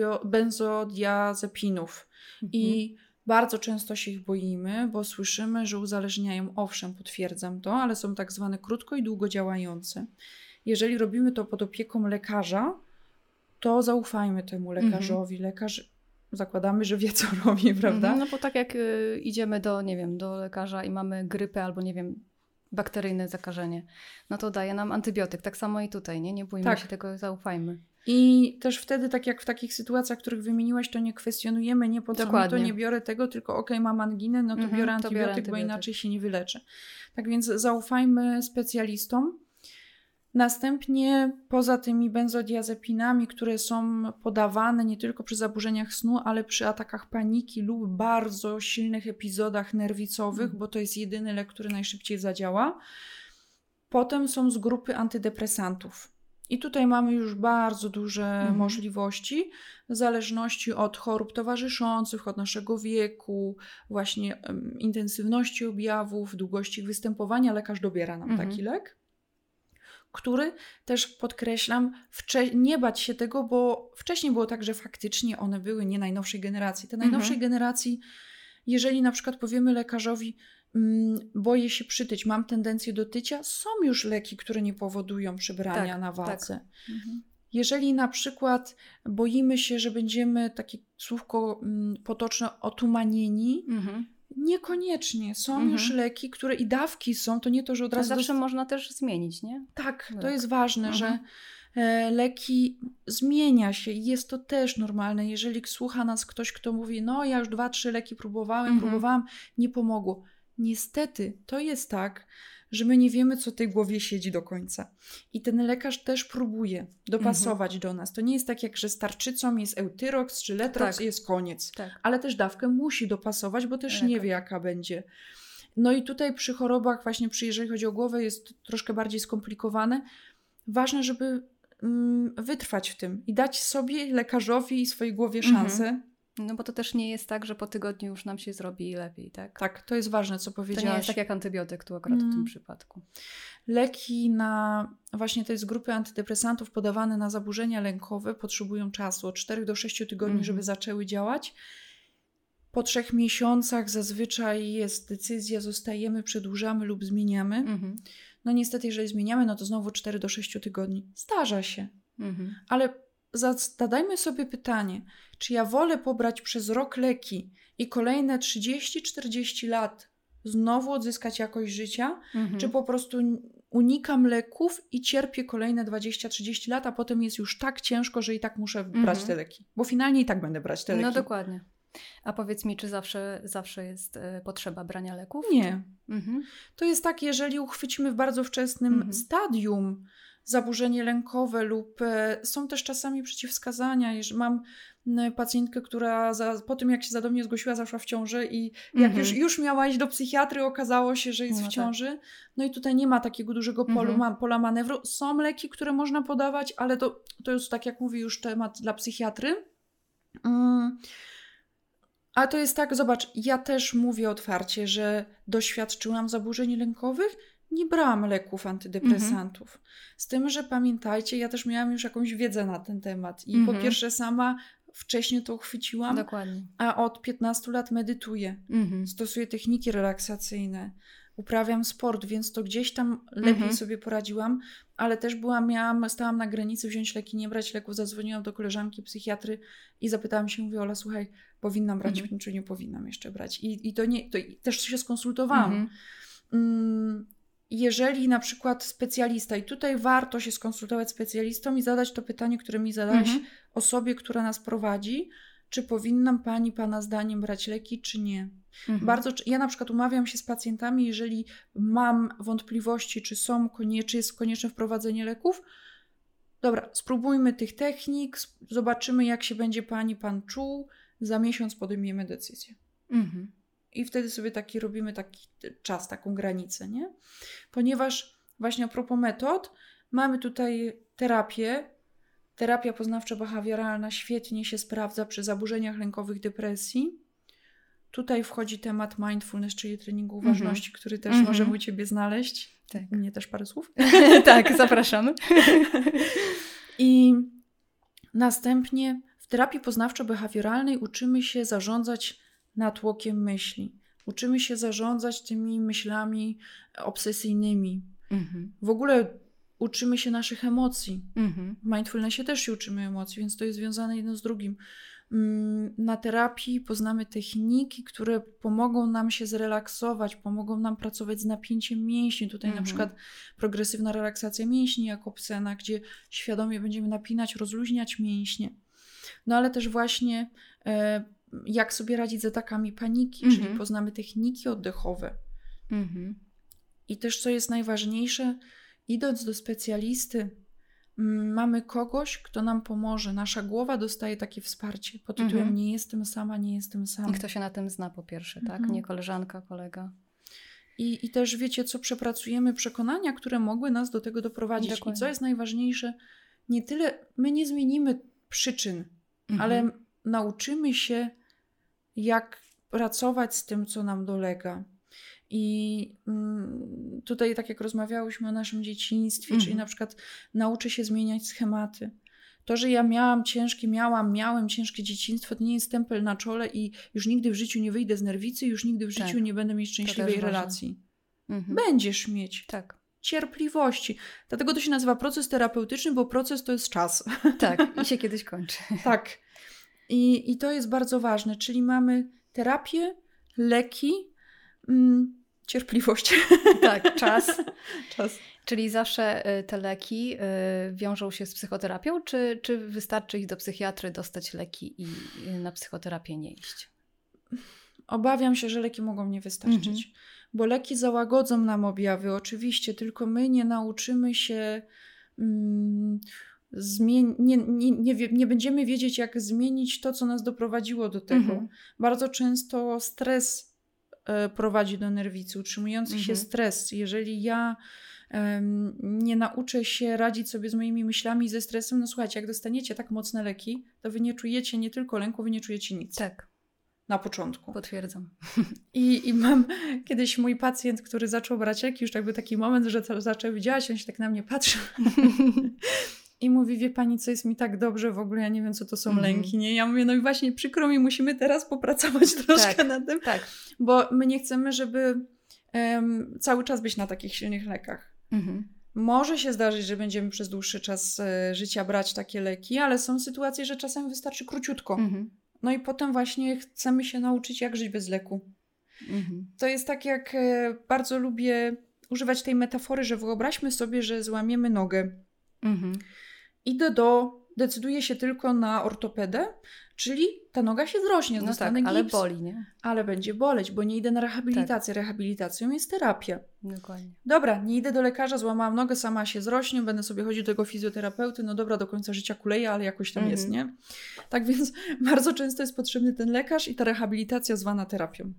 benzodiazepinów. I bardzo często się ich boimy, bo słyszymy, że uzależniają. Owszem, potwierdzam to, ale są tak zwane krótko i długo działające. Jeżeli robimy to pod opieką lekarza, to zaufajmy temu lekarzowi. Lekarz zakładamy, że wie, co robi, prawda? No bo tak jak idziemy do lekarza i mamy grypę albo, bakteryjne zakażenie, no to daje nam antybiotyk. Tak samo i tutaj, nie bójmy się tego, zaufajmy. I też wtedy, tak jak w takich sytuacjach, których wymieniłaś, to nie kwestionujemy, nie po co mi to, nie biorę tego, tylko mam anginę, no to biorę antybiotyk, bo inaczej się nie wyleczę. Tak więc zaufajmy specjalistom. Następnie poza tymi benzodiazepinami, które są podawane nie tylko przy zaburzeniach snu, ale przy atakach paniki lub bardzo silnych epizodach nerwicowych, bo to jest jedyny lek, który najszybciej zadziała. Potem są z grupy antydepresantów. I tutaj mamy już bardzo duże możliwości, w zależności od chorób towarzyszących, od naszego wieku, właśnie intensywności objawów, długości ich występowania. Lekarz dobiera nam taki lek. który też podkreślam, nie bać się tego, bo wcześniej było tak, że faktycznie one były nie najnowszej generacji. Te najnowszej generacji, jeżeli na przykład powiemy lekarzowi, boję się przytyć, mam tendencję do tycia, są już leki, które nie powodują przybrania na wadze. Jeżeli na przykład boimy się, że będziemy, takie słówko potoczne, otumanieni, niekoniecznie. Są już leki, które i dawki są, to nie to, że od razu... zawsze można też zmienić, nie? Tak, to jest ważne, że leki zmienia się i jest to też normalne. Jeżeli słucha nas ktoś, kto mówi, no ja już 2-3 leki próbowałam, nie pomogło. Niestety, to jest tak, że my nie wiemy, co w tej głowie siedzi do końca. I ten lekarz też próbuje dopasować do nas. To nie jest tak, jak że z tarczycą jest Euthyrox czy Letrox i jest koniec. Ale też dawkę musi dopasować, bo też nie wie, jaka będzie. No i tutaj przy chorobach, właśnie jeżeli chodzi o głowę, jest troszkę bardziej skomplikowane. Ważne, żeby wytrwać w tym i dać sobie, lekarzowi i swojej głowie szansę. No bo to też nie jest tak, że po tygodniu już nam się zrobi lepiej, tak? Tak, to jest ważne, co powiedziałaś. To nie jest tak jak antybiotyk tu akurat w tym przypadku. Leki właśnie to jest grupy antydepresantów podawane na zaburzenia lękowe potrzebują czasu, od 4 do 6 tygodni, żeby zaczęły działać. Po 3 miesiącach zazwyczaj jest decyzja, zostajemy, przedłużamy lub zmieniamy. No niestety, jeżeli zmieniamy, no to znowu 4 do 6 tygodni. Zdarza się. Ale zadajmy sobie pytanie, czy ja wolę pobrać przez rok leki i kolejne 30-40 lat znowu odzyskać jakość życia, czy po prostu unikam leków i cierpię kolejne 20-30 lat, a potem jest już tak ciężko, że i tak muszę brać te leki. Bo finalnie i tak będę brać te leki. No dokładnie. A powiedz mi, czy zawsze jest potrzeba brania leków? Nie. To jest tak, jeżeli uchwycimy w bardzo wczesnym stadium zaburzenie lękowe lub są też czasami przeciwwskazania. Mam pacjentkę, która po tym, jak się do mnie zgłosiła, zaszła w ciążę i jak już miała iść do psychiatry, okazało się, że jest w ciąży. No i tutaj nie ma takiego dużego pola manewru. Są leki, które można podawać, ale to jest, tak jak mówię, już temat dla psychiatry. A to jest tak, zobacz, ja też mówię otwarcie, że doświadczyłam zaburzeń lękowych, nie brałam leków antydepresantów. Z tym, że pamiętajcie, ja też miałam już jakąś wiedzę na ten temat i po pierwsze sama wcześniej to uchwyciłam, dokładnie. A od 15 lat medytuję, stosuję techniki relaksacyjne, uprawiam sport, więc to gdzieś tam lepiej sobie poradziłam, ale też stałam na granicy wziąć leki, nie brać leków, zadzwoniłam do koleżanki psychiatry i zapytałam się, mówię, Ola, słuchaj, powinnam brać, czy nie powinnam jeszcze brać. I to też się skonsultowałam. Jeżeli na przykład specjalista, i tutaj warto się skonsultować z specjalistą i zadać to pytanie, które mi zadałaś osobie, która nas prowadzi, czy powinnam pana zdaniem brać leki, czy nie. Ja na przykład umawiam się z pacjentami, jeżeli mam wątpliwości, czy jest konieczne wprowadzenie leków, dobra, spróbujmy tych technik, zobaczymy, jak się będzie pan czuł, za miesiąc podejmiemy decyzję. I wtedy sobie robimy taki czas, taką granicę, nie? Ponieważ właśnie a propos metod, mamy tutaj terapię. Terapia poznawczo-behawioralna świetnie się sprawdza przy zaburzeniach lękowych, depresji. Tutaj wchodzi temat mindfulness, czyli treningu uważności, który też możemy u Ciebie znaleźć. Tak. Mnie też parę słów. Tak, zapraszamy. I następnie w terapii poznawczo-behawioralnej uczymy się zarządzać natłokiem myśli. Uczymy się zarządzać tymi myślami obsesyjnymi. W ogóle uczymy się naszych emocji. W mindfulnessie też się uczymy emocji, więc to jest związane jedno z drugim. Na terapii poznamy techniki, które pomogą nam się zrelaksować, pomogą nam pracować z napięciem mięśni. Tutaj na przykład progresywna relaksacja mięśni jako Psena, gdzie świadomie będziemy napinać, rozluźniać mięśnie. No ale też właśnie jak sobie radzić z atakami paniki, czyli poznamy techniki oddechowe. I też, co jest najważniejsze, idąc do specjalisty, mamy kogoś, kto nam pomoże. Nasza głowa dostaje takie wsparcie pod tytułem nie jestem sama, nie jestem sam. I kto się na tym zna po pierwsze, tak? Nie koleżanka, kolega. I też wiecie, co przepracujemy przekonania, które mogły nas do tego doprowadzić. Dokładnie. I co jest najważniejsze, nie tyle, my nie zmienimy przyczyn, ale nauczymy się, jak pracować z tym, co nam dolega. I tutaj, tak jak rozmawiałyśmy o naszym dzieciństwie, czyli na przykład nauczę się zmieniać schematy. To, że ja miałam ciężkie dzieciństwo, to nie jest stempel na czole i już nigdy w życiu nie wyjdę z nerwicy, już nigdy w życiu nie będę mieć szczęśliwej relacji. Będziesz mieć cierpliwości. Dlatego to się nazywa proces terapeutyczny, bo proces to jest czas. Tak, i się kiedyś kończy. Tak. I to jest bardzo ważne, czyli mamy terapię, leki, cierpliwość. Tak, czas. Czyli zawsze te leki wiążą się z psychoterapią, czy wystarczy iść do psychiatry, dostać leki i na psychoterapię nie iść? Obawiam się, że leki mogą nie wystarczyć, bo leki załagodzą nam objawy, oczywiście, tylko my nie nauczymy się, nie będziemy wiedzieć, jak zmienić to, co nas doprowadziło do tego. Bardzo często stres prowadzi do nerwicy, utrzymujący się stres. Jeżeli ja nie nauczę się radzić sobie z moimi myślami i ze stresem, no słuchajcie, jak dostaniecie tak mocne leki, to wy nie czujecie nie tylko lęku, wy nie czujecie nic. Tak. Na początku. Potwierdzam. I mam kiedyś mój pacjent, który zaczął brać leki, już tak był taki moment, że zaczął, widziałaś, on się tak na mnie patrzył. I mówi, wie pani, co jest mi tak dobrze, w ogóle ja nie wiem, co to są lęki, nie? Ja mówię, no i właśnie przykro mi, musimy teraz popracować troszkę nad tym, bo my nie chcemy, żeby cały czas być na takich silnych lekach. Może się zdarzyć, że będziemy przez dłuższy czas życia brać takie leki, ale są sytuacje, że czasem wystarczy króciutko. No i potem właśnie chcemy się nauczyć, jak żyć bez leku. To jest tak, jak bardzo lubię używać tej metafory, że wyobraźmy sobie, że złamiemy nogę. Idę decyduję się tylko na ortopedę, czyli ta noga się zrośnie, dostanę gips. Ale boli, nie? Ale będzie boleć, bo nie idę na rehabilitację. Rehabilitacją jest terapia. Dokładnie. Dobra, nie idę do lekarza, złamałam nogę, sama się zrośnie, będę sobie chodzić do tego fizjoterapeuty, no dobra, do końca życia kuleję, ale jakoś tam jest, nie? Tak więc bardzo często jest potrzebny ten lekarz i ta rehabilitacja zwana terapią.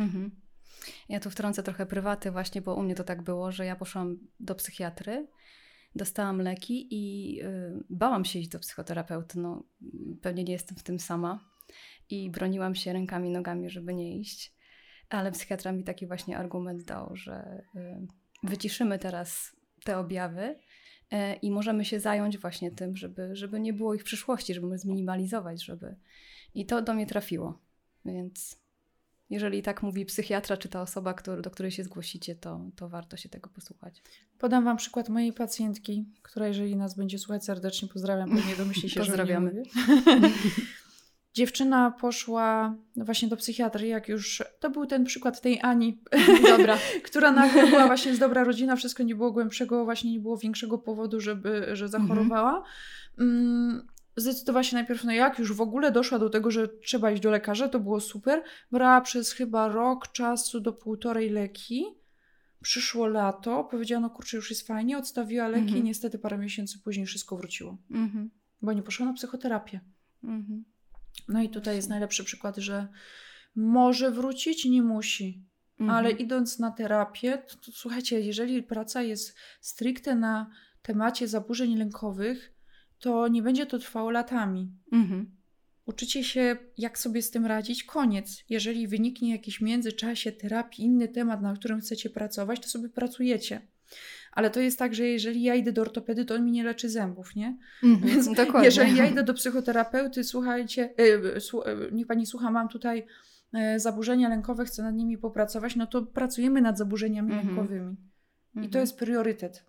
Ja tu wtrącę trochę prywaty właśnie, bo u mnie to tak było, że ja poszłam do psychiatry, dostałam leki i bałam się iść do psychoterapeuty. No, pewnie nie jestem w tym sama. I broniłam się rękami, nogami, żeby nie iść. Ale psychiatra mi taki właśnie argument dał, że wyciszymy teraz te objawy i możemy się zająć właśnie tym, żeby nie było ich w przyszłości, żeby zminimalizować, I to do mnie trafiło. Więc jeżeli tak mówi psychiatra, czy ta osoba, do której się zgłosicie, to warto się tego posłuchać. Podam wam przykład mojej pacjentki, która jeżeli nas będzie słuchać, serdecznie pozdrawiam, pewnie domyśli się, pozdrawiamy. Że nie mówię. Dziewczyna poszła właśnie do psychiatry, jak już... To był ten przykład tej Ani, dobra, która nagle była właśnie z dobra rodzina, wszystko nie było głębszego, właśnie nie było większego powodu, że zachorowała. Zdecydowała się najpierw, no jak już w ogóle doszła do tego, że trzeba iść do lekarza, to było super. Brała przez chyba rok czasu do 1,5 leki. Przyszło lato, powiedziała, no kurczę, już jest fajnie, odstawiła leki i niestety parę miesięcy później wszystko wróciło. Bo nie poszła na psychoterapię. No i tutaj jest najlepszy przykład, że może wrócić, nie musi. Ale idąc na terapię, to słuchajcie, jeżeli praca jest stricte na temacie zaburzeń lękowych, to nie będzie to trwało latami. Uczycie się, jak sobie z tym radzić, koniec. Jeżeli wyniknie jakiś w międzyczasie terapii, inny temat, na którym chcecie pracować, to sobie pracujecie. Ale to jest tak, że jeżeli ja idę do ortopedy, to on mi nie leczy zębów, nie? Więc dokładnie. Jeżeli ja idę do psychoterapeuty, słuchajcie, niech pani słucha, mam tutaj zaburzenia lękowe, chcę nad nimi popracować, no to pracujemy nad zaburzeniami lękowymi. I to jest priorytet.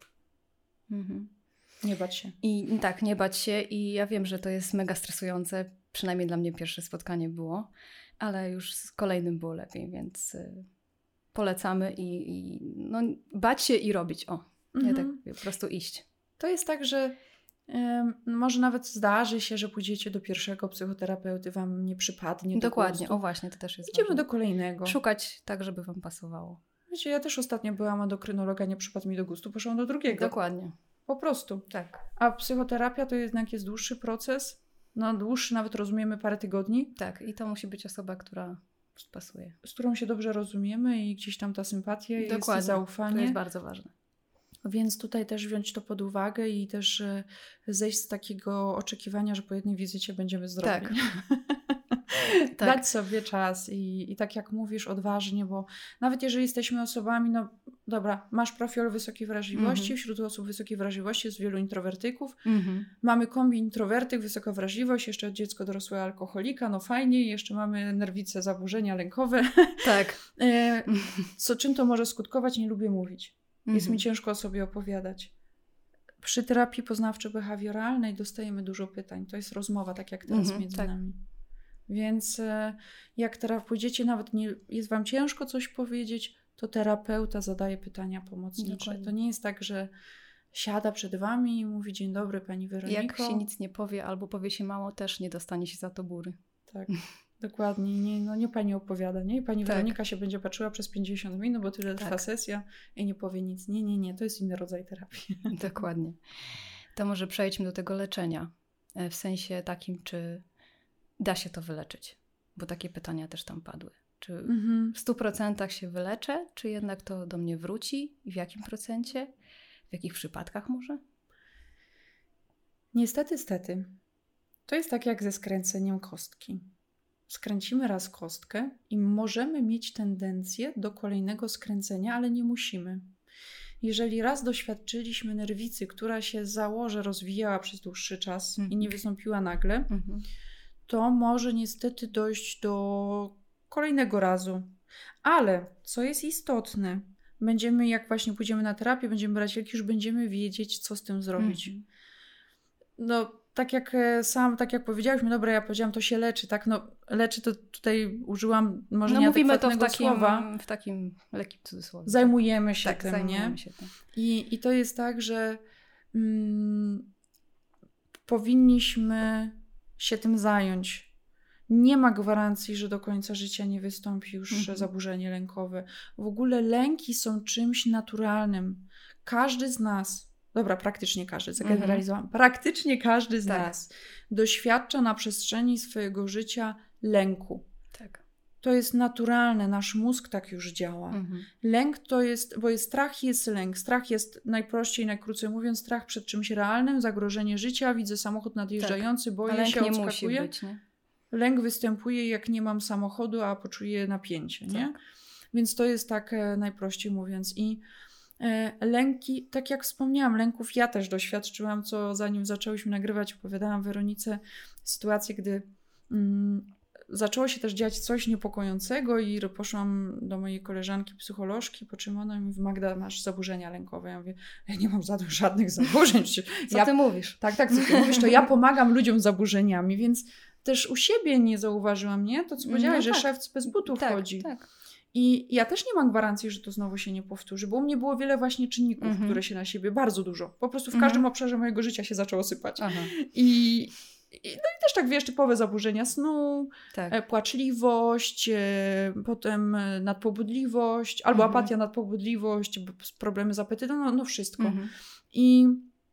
Nie bać się. I tak, nie bać się i ja wiem, że to jest mega stresujące, przynajmniej dla mnie pierwsze spotkanie było, ale już z kolejnym było lepiej, więc polecamy i no, bać się i robić, nie tak po prostu iść. To jest tak, że może nawet zdarzy się, że pójdziecie do pierwszego psychoterapeuty, wam nie przypadnie. Dokładnie, właśnie, to też jest Idziemy ważne. do kolejnego. Szukać tak, żeby wam pasowało. Wiecie, ja też ostatnio byłam endokrynologa, nie przypadł mi do gustu, poszłam do drugiego. Dokładnie. Po prostu. Tak. A psychoterapia to jednak jest dłuższy proces, no dłuższy nawet rozumiemy parę tygodni. Tak, i to musi być osoba, która pasuje. Z którą się dobrze rozumiemy i gdzieś tam ta sympatia jest i zaufanie. To jest bardzo ważne. Więc tutaj też wziąć to pod uwagę i też zejść z takiego oczekiwania, że po jednej wizycie będziemy zdrowi. Tak. Dać sobie czas i tak jak mówisz, odważnie, bo nawet jeżeli jesteśmy osobami, no dobra, masz profil wysokiej wrażliwości, wśród osób wysokiej wrażliwości jest wielu introwertyków, mamy kombi introwertyk, wysoka wrażliwość, jeszcze dziecko dorosłe alkoholika, no fajnie, jeszcze mamy nerwice, zaburzenia lękowe. Tak. Czym to może skutkować? Nie lubię mówić. Jest mi ciężko o sobie opowiadać. Przy terapii poznawczo-behawioralnej dostajemy dużo pytań. To jest rozmowa, tak jak teraz między nami. Więc jak teraz pójdziecie, nawet nie jest wam ciężko coś powiedzieć, to terapeuta zadaje pytania pomocnicze. Dokładnie. To nie jest tak, że siada przed wami i mówi: dzień dobry, pani Weroniko. Jak się nic nie powie albo powie się mało, też nie dostanie się za to bury. Tak, dokładnie. Nie pani opowiada, nie? I pani Weronika się będzie patrzyła przez 50 minut, bo tyle trwa sesja i nie powie nic. Nie, to jest inny rodzaj terapii. Dokładnie. To może przejdźmy do tego leczenia. W sensie takim, czy da się to wyleczyć? Bo takie pytania też tam padły. Czy w 100% się wyleczę, czy jednak to do mnie wróci? I w jakim procencie? W jakich przypadkach może? Niestety. To jest tak jak ze skręceniem kostki. Skręcimy raz kostkę i możemy mieć tendencję do kolejnego skręcenia, ale nie musimy. Jeżeli raz doświadczyliśmy nerwicy, która się rozwijała przez dłuższy czas i nie wystąpiła nagle, to może niestety dojść do kolejnego razu. Ale co jest istotne, jak właśnie pójdziemy na terapię, będziemy brać leki, już będziemy wiedzieć, co z tym zrobić. No, tak jak powiedziałyśmy, dobra, ja powiedziałam, to się leczy, tak? No, leczy to tutaj użyłam może nieadekwatnego słowa. w takim lekkim cudzysłowie. Zajmujemy się tym, zajmujemy nie? się tym. I to jest tak, że powinniśmy się tym zająć. Nie ma gwarancji, że do końca życia nie wystąpi już zaburzenie lękowe. W ogóle lęki są czymś naturalnym. Każdy z nas, praktycznie każdy, zageneralizowałam, praktycznie każdy z nas doświadcza na przestrzeni swojego życia lęku. Tak. To jest naturalne, nasz mózg tak już działa. Lęk to jest, bo jest strach i jest lęk. Strach jest najprościej, najkrócej mówiąc, strach przed czymś realnym, zagrożenie życia, widzę samochód nadjeżdżający, boję się, odskakuję. Musi być, nie? Lęk występuje, jak nie mam samochodu, a poczuję napięcie, nie? Więc to jest tak najprościej mówiąc. I lęki, tak jak wspomniałam, lęków ja też doświadczyłam, co zanim zaczęłyśmy nagrywać, opowiadałam Weronice sytuację, gdy zaczęło się też dziać coś niepokojącego i poszłam do mojej koleżanki psycholożki, po czym ona mówi: Magda, masz zaburzenia lękowe. Ja mówię: ja nie mam żadnych zaburzeń. Co ty mówisz? Tak, co ty mówisz, to ja pomagam ludziom z zaburzeniami, więc też u siebie nie zauważyłam, nie? To, co powiedziałaś, że szewc bez butów chodzi. Tak. I ja też nie mam gwarancji, że to znowu się nie powtórzy, bo u mnie było wiele właśnie czynników, które się na siebie, bardzo dużo. Po prostu w każdym obszarze mojego życia się zaczęło sypać. I też tak, wiesz, typowe zaburzenia snu, płaczliwość, potem nadpobudliwość, albo apatia, nadpobudliwość, problemy z apetytem, no wszystko. I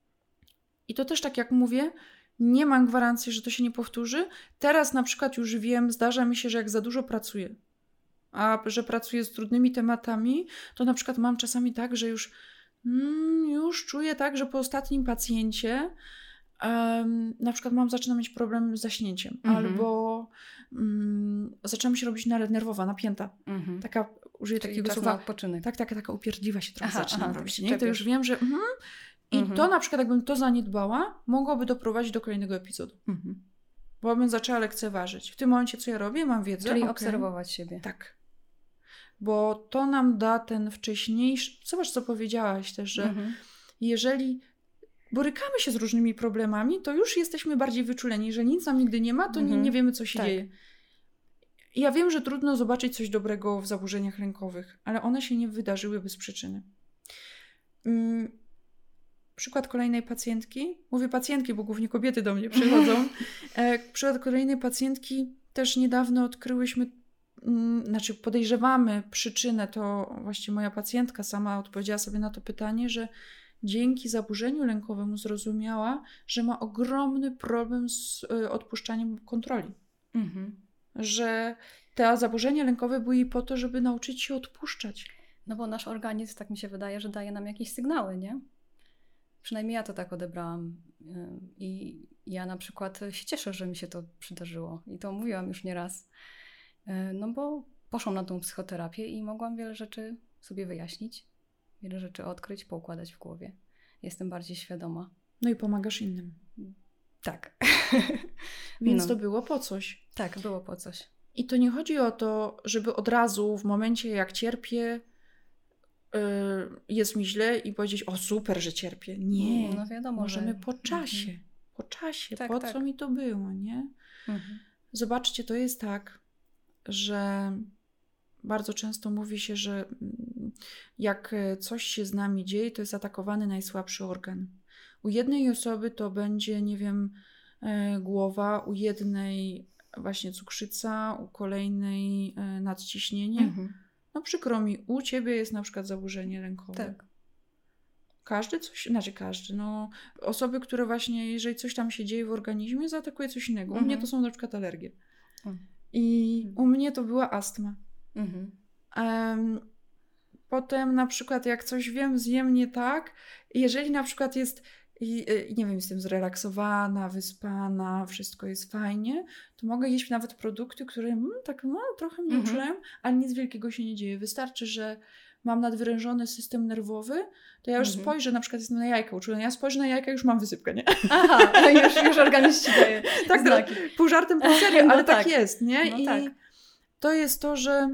to też tak jak mówię, nie mam gwarancji, że to się nie powtórzy. Teraz na przykład już wiem, zdarza mi się, że jak za dużo pracuję, a że pracuję z trudnymi tematami, to na przykład mam czasami tak, że już czuję tak, że po ostatnim pacjencie na przykład zaczynam mieć problem z zaśnięciem, albo zaczynam się robić nerwowa, napięta. Taka, użyję takiego słowa. Odpoczynek. Taka upierdliwa się trochę zaczynam robić. Nie? To już wiem, że i to na przykład jakbym to zaniedbała, mogłoby doprowadzić do kolejnego epizodu. Bo bym zaczęła lekceważyć. W tym momencie, co ja robię, mam wiedzę. Czyli obserwować siebie. Tak. Bo to nam da ten wcześniejszy... Zobacz, co powiedziałaś też, że jeżeli borykamy się z różnymi problemami, to już jesteśmy bardziej wyczuleni. Jeżeli nic nam nigdy nie ma, to nie wiemy, co się dzieje. Ja wiem, że trudno zobaczyć coś dobrego w zaburzeniach lękowych, ale one się nie wydarzyły bez przyczyny. Przykład kolejnej pacjentki. Mówię pacjentki, bo głównie kobiety do mnie przychodzą. Przykład kolejnej pacjentki też niedawno odkryłyśmy, podejrzewamy przyczynę, to właściwie moja pacjentka sama odpowiedziała sobie na to pytanie, że dzięki zaburzeniu lękowemu zrozumiała, że ma ogromny problem z odpuszczaniem kontroli. Że te zaburzenia lękowe były jej po to, żeby nauczyć się odpuszczać. No bo nasz organizm, tak mi się wydaje, że daje nam jakieś sygnały, nie? Przynajmniej ja to tak odebrałam. I Ja na przykład się cieszę, że mi się to przydarzyło i to mówiłam już nieraz, no bo poszłam na tą psychoterapię i mogłam wiele rzeczy sobie wyjaśnić, wiele rzeczy odkryć, poukładać w głowie. Jestem bardziej świadoma. No i pomagasz innym. Tak. Więc to było po coś. Tak, było po coś. I to nie chodzi o to, żeby od razu w momencie jak cierpię, jest mi źle i powiedzieć, o super, że cierpię. Nie, no wiadomo, możemy że... po czasie. Po czasie, Tak, po tak. co mi to było, nie? Zobaczcie, to jest tak, że bardzo często mówi się, że jak coś się z nami dzieje, to jest atakowany najsłabszy organ. U jednej osoby to będzie, nie wiem, głowa, u jednej właśnie cukrzyca, u kolejnej nadciśnienie. No przykro mi, u ciebie jest na przykład zaburzenie lękowe. Tak. No osoby, które właśnie, jeżeli coś tam się dzieje w organizmie, zaatakuje coś innego. U mnie to są na przykład alergie. I u mnie to była astma. Potem na przykład jak coś zjem nie tak, jeżeli na przykład jest, nie wiem, jestem zrelaksowana, wyspana, wszystko jest fajnie, to mogę jeść nawet produkty, które trochę mnie uczulają, ale nic wielkiego się nie dzieje. Wystarczy, że mam nadwyrężony system nerwowy, to ja już spojrzę, na przykład jestem na jajka uczulona, ja spojrzę na jajka, już mam wysypkę, nie? Aha, już organizm ci daje tak, znaki. Pół żartem, pół serio, ale tak jest, nie? No I tak. to jest to, że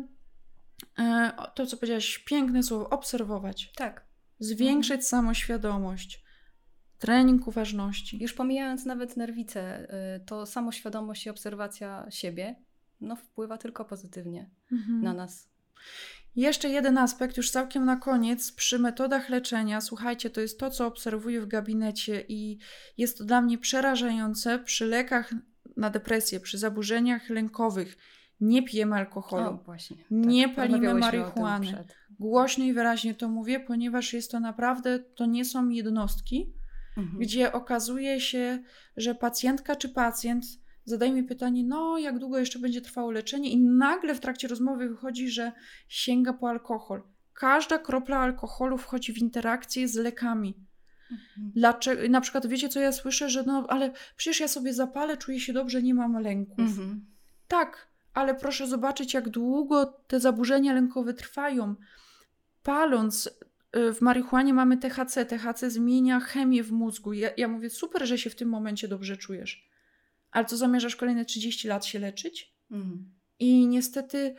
to, co powiedziałaś, piękne słowo, obserwować. Tak. Zwiększyć samoświadomość. Trening uważności. Już pomijając nawet nerwice, to samoświadomość i obserwacja siebie wpływa tylko pozytywnie na nas. Jeszcze jeden aspekt, już całkiem na koniec, przy metodach leczenia, słuchajcie, to jest to, co obserwuję w gabinecie i jest to dla mnie przerażające. Przy lekach na depresję, przy zaburzeniach lękowych nie pijemy alkoholu, właśnie, tak. nie palimy marihuany. Głośno i wyraźnie to mówię, ponieważ jest to naprawdę, to nie są jednostki, gdzie okazuje się, że pacjentka czy pacjent zadaje mi pytanie, jak długo jeszcze będzie trwało leczenie i nagle w trakcie rozmowy wychodzi, że sięga po alkohol. Każda kropla alkoholu wchodzi w interakcję z lekami. Dlaczego? Na przykład wiecie, co ja słyszę, że ale przecież ja sobie zapalę, czuję się dobrze, nie mam lęków. Tak, ale proszę zobaczyć, jak długo te zaburzenia lękowe trwają. Paląc, w marihuanie mamy THC. THC zmienia chemię w mózgu. Ja mówię, super, że się w tym momencie dobrze czujesz. Ale co, zamierzasz kolejne 30 lat się leczyć? I niestety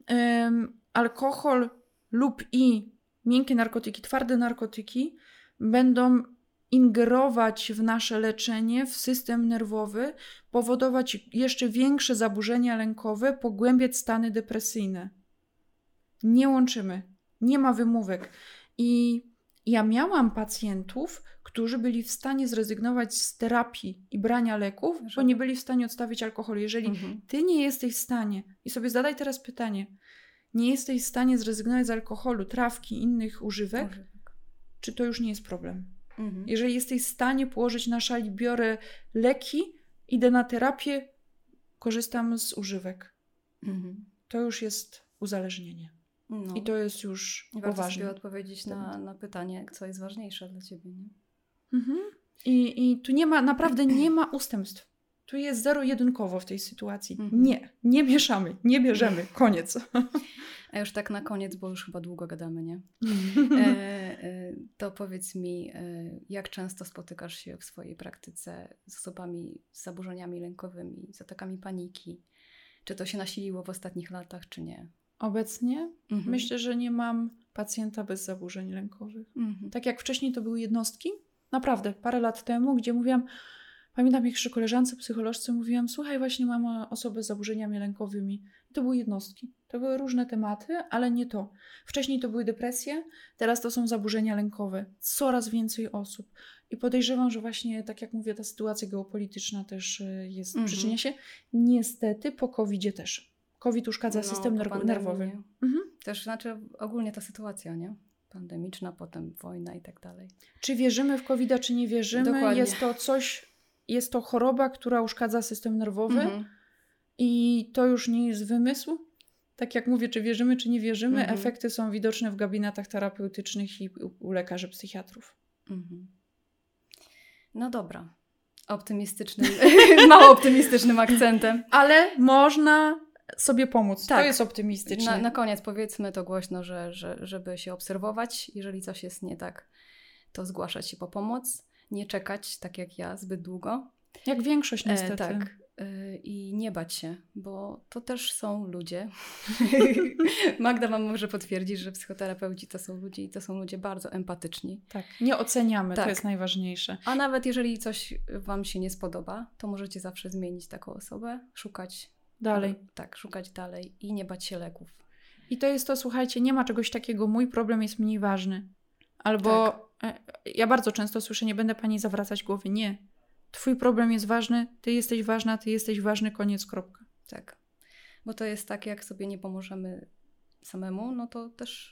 alkohol lub miękkie narkotyki, twarde narkotyki będą ingerować w nasze leczenie, w system nerwowy, powodować jeszcze większe zaburzenia lękowe, pogłębiać stany depresyjne. Nie łączymy. Nie ma wymówek. I ja miałam pacjentów, którzy byli w stanie zrezygnować z terapii i brania leków, bo nie byli w stanie odstawić alkoholu. Jeżeli ty nie jesteś w stanie, i sobie zadaj teraz pytanie, nie jesteś w stanie zrezygnować z alkoholu, trawki, innych używek, czy to już nie jest problem? Jeżeli jesteś w stanie położyć na szali, biorę leki, idę na terapię, korzystam z używek. To już jest uzależnienie. I to jest już poważne. Warto sobie odpowiedzieć na pytanie, co jest ważniejsze dla ciebie. Nie? I tu naprawdę nie ma ustępstw. Tu jest zero-jedynkowo w tej sytuacji. Nie mieszamy, nie bierzemy. Koniec. A już tak na koniec, bo już chyba długo gadamy, nie? To powiedz mi, jak często spotykasz się w swojej praktyce z osobami z zaburzeniami lękowymi, z atakami paniki? Czy to się nasiliło w ostatnich latach, czy nie? Obecnie myślę, że nie mam pacjenta bez zaburzeń lękowych. Tak jak wcześniej to były jednostki, naprawdę parę lat temu, gdzie mówiłam, pamiętam jak jeszcze koleżance psycholożce mówiłam, słuchaj, właśnie mam osobę z zaburzeniami lękowymi. I to były jednostki. To były różne tematy, ale nie to. Wcześniej to były depresje, teraz to są zaburzenia lękowe. Coraz więcej osób. I podejrzewam, że właśnie, tak jak mówię, ta sytuacja geopolityczna też jest, przyczynia się. Niestety po COVID-zie też. COVID uszkadza system nerwowy. Też znaczy ogólnie ta sytuacja, nie? Pandemiczna, potem wojna i tak dalej. Czy wierzymy w COVID-a, czy nie wierzymy? Dokładnie. Jest to choroba, która uszkadza system nerwowy i to już nie jest wymysł. Tak jak mówię, czy wierzymy, czy nie wierzymy, efekty są widoczne w gabinetach terapeutycznych i u lekarzy psychiatrów. No dobra. optymistycznym, mało optymistycznym akcentem. Ale można sobie pomóc. Tak. To jest optymistyczne. Na koniec powiedzmy to głośno, żeby się obserwować. Jeżeli coś jest nie tak, to zgłaszać się po pomoc. Nie czekać, tak jak ja, zbyt długo. Jak większość niestety. Tak. I nie bać się, bo to też są ludzie. Magda wam może potwierdzić, że psychoterapeuci to są ludzie i to są ludzie bardzo empatyczni. Tak, nie oceniamy, Tak. to jest najważniejsze. A nawet jeżeli coś wam się nie spodoba, to możecie zawsze zmienić taką osobę, szukać Dalej. Tak, szukać dalej i nie bać się leków. I to jest to, słuchajcie, nie ma czegoś takiego, mój problem jest mniej ważny. Albo ja bardzo często słyszę, nie będę pani zawracać głowy. Nie. Twój problem jest ważny, ty jesteś ważna, ty jesteś ważny, koniec, kropka. Tak. Bo to jest tak, jak sobie nie pomożemy samemu, no to też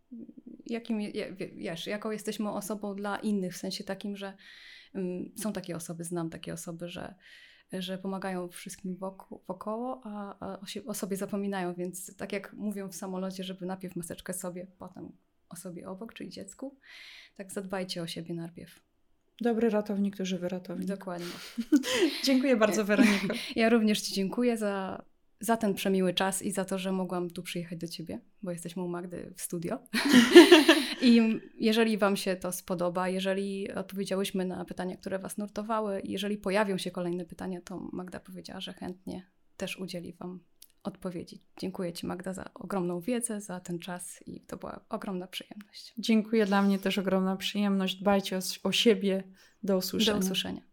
jaką jesteśmy osobą dla innych, w sensie takim, że są takie osoby, znam takie osoby, że pomagają wszystkim wokoło, a o sobie zapominają, więc tak jak mówią w samolocie, żeby najpierw maseczkę sobie, potem osobie obok, czyli dziecku, tak zadbajcie o siebie najpierw. Dobry ratownik to żywy ratownik. Dokładnie. Dziękuję bardzo, Weroniko. Ja również ci dziękuję za ten przemiły czas i za to, że mogłam tu przyjechać do ciebie, bo jesteśmy u Magdy w studio. I jeżeli wam się to spodoba, jeżeli odpowiedziałyśmy na pytania, które was nurtowały, jeżeli pojawią się kolejne pytania, to Magda powiedziała, że chętnie też udzieli wam odpowiedzi. Dziękuję ci, Magda, za ogromną wiedzę, za ten czas i to była ogromna przyjemność. Dziękuję, dla mnie też ogromna przyjemność. Dbajcie o siebie. Do usłyszenia. Do usłyszenia.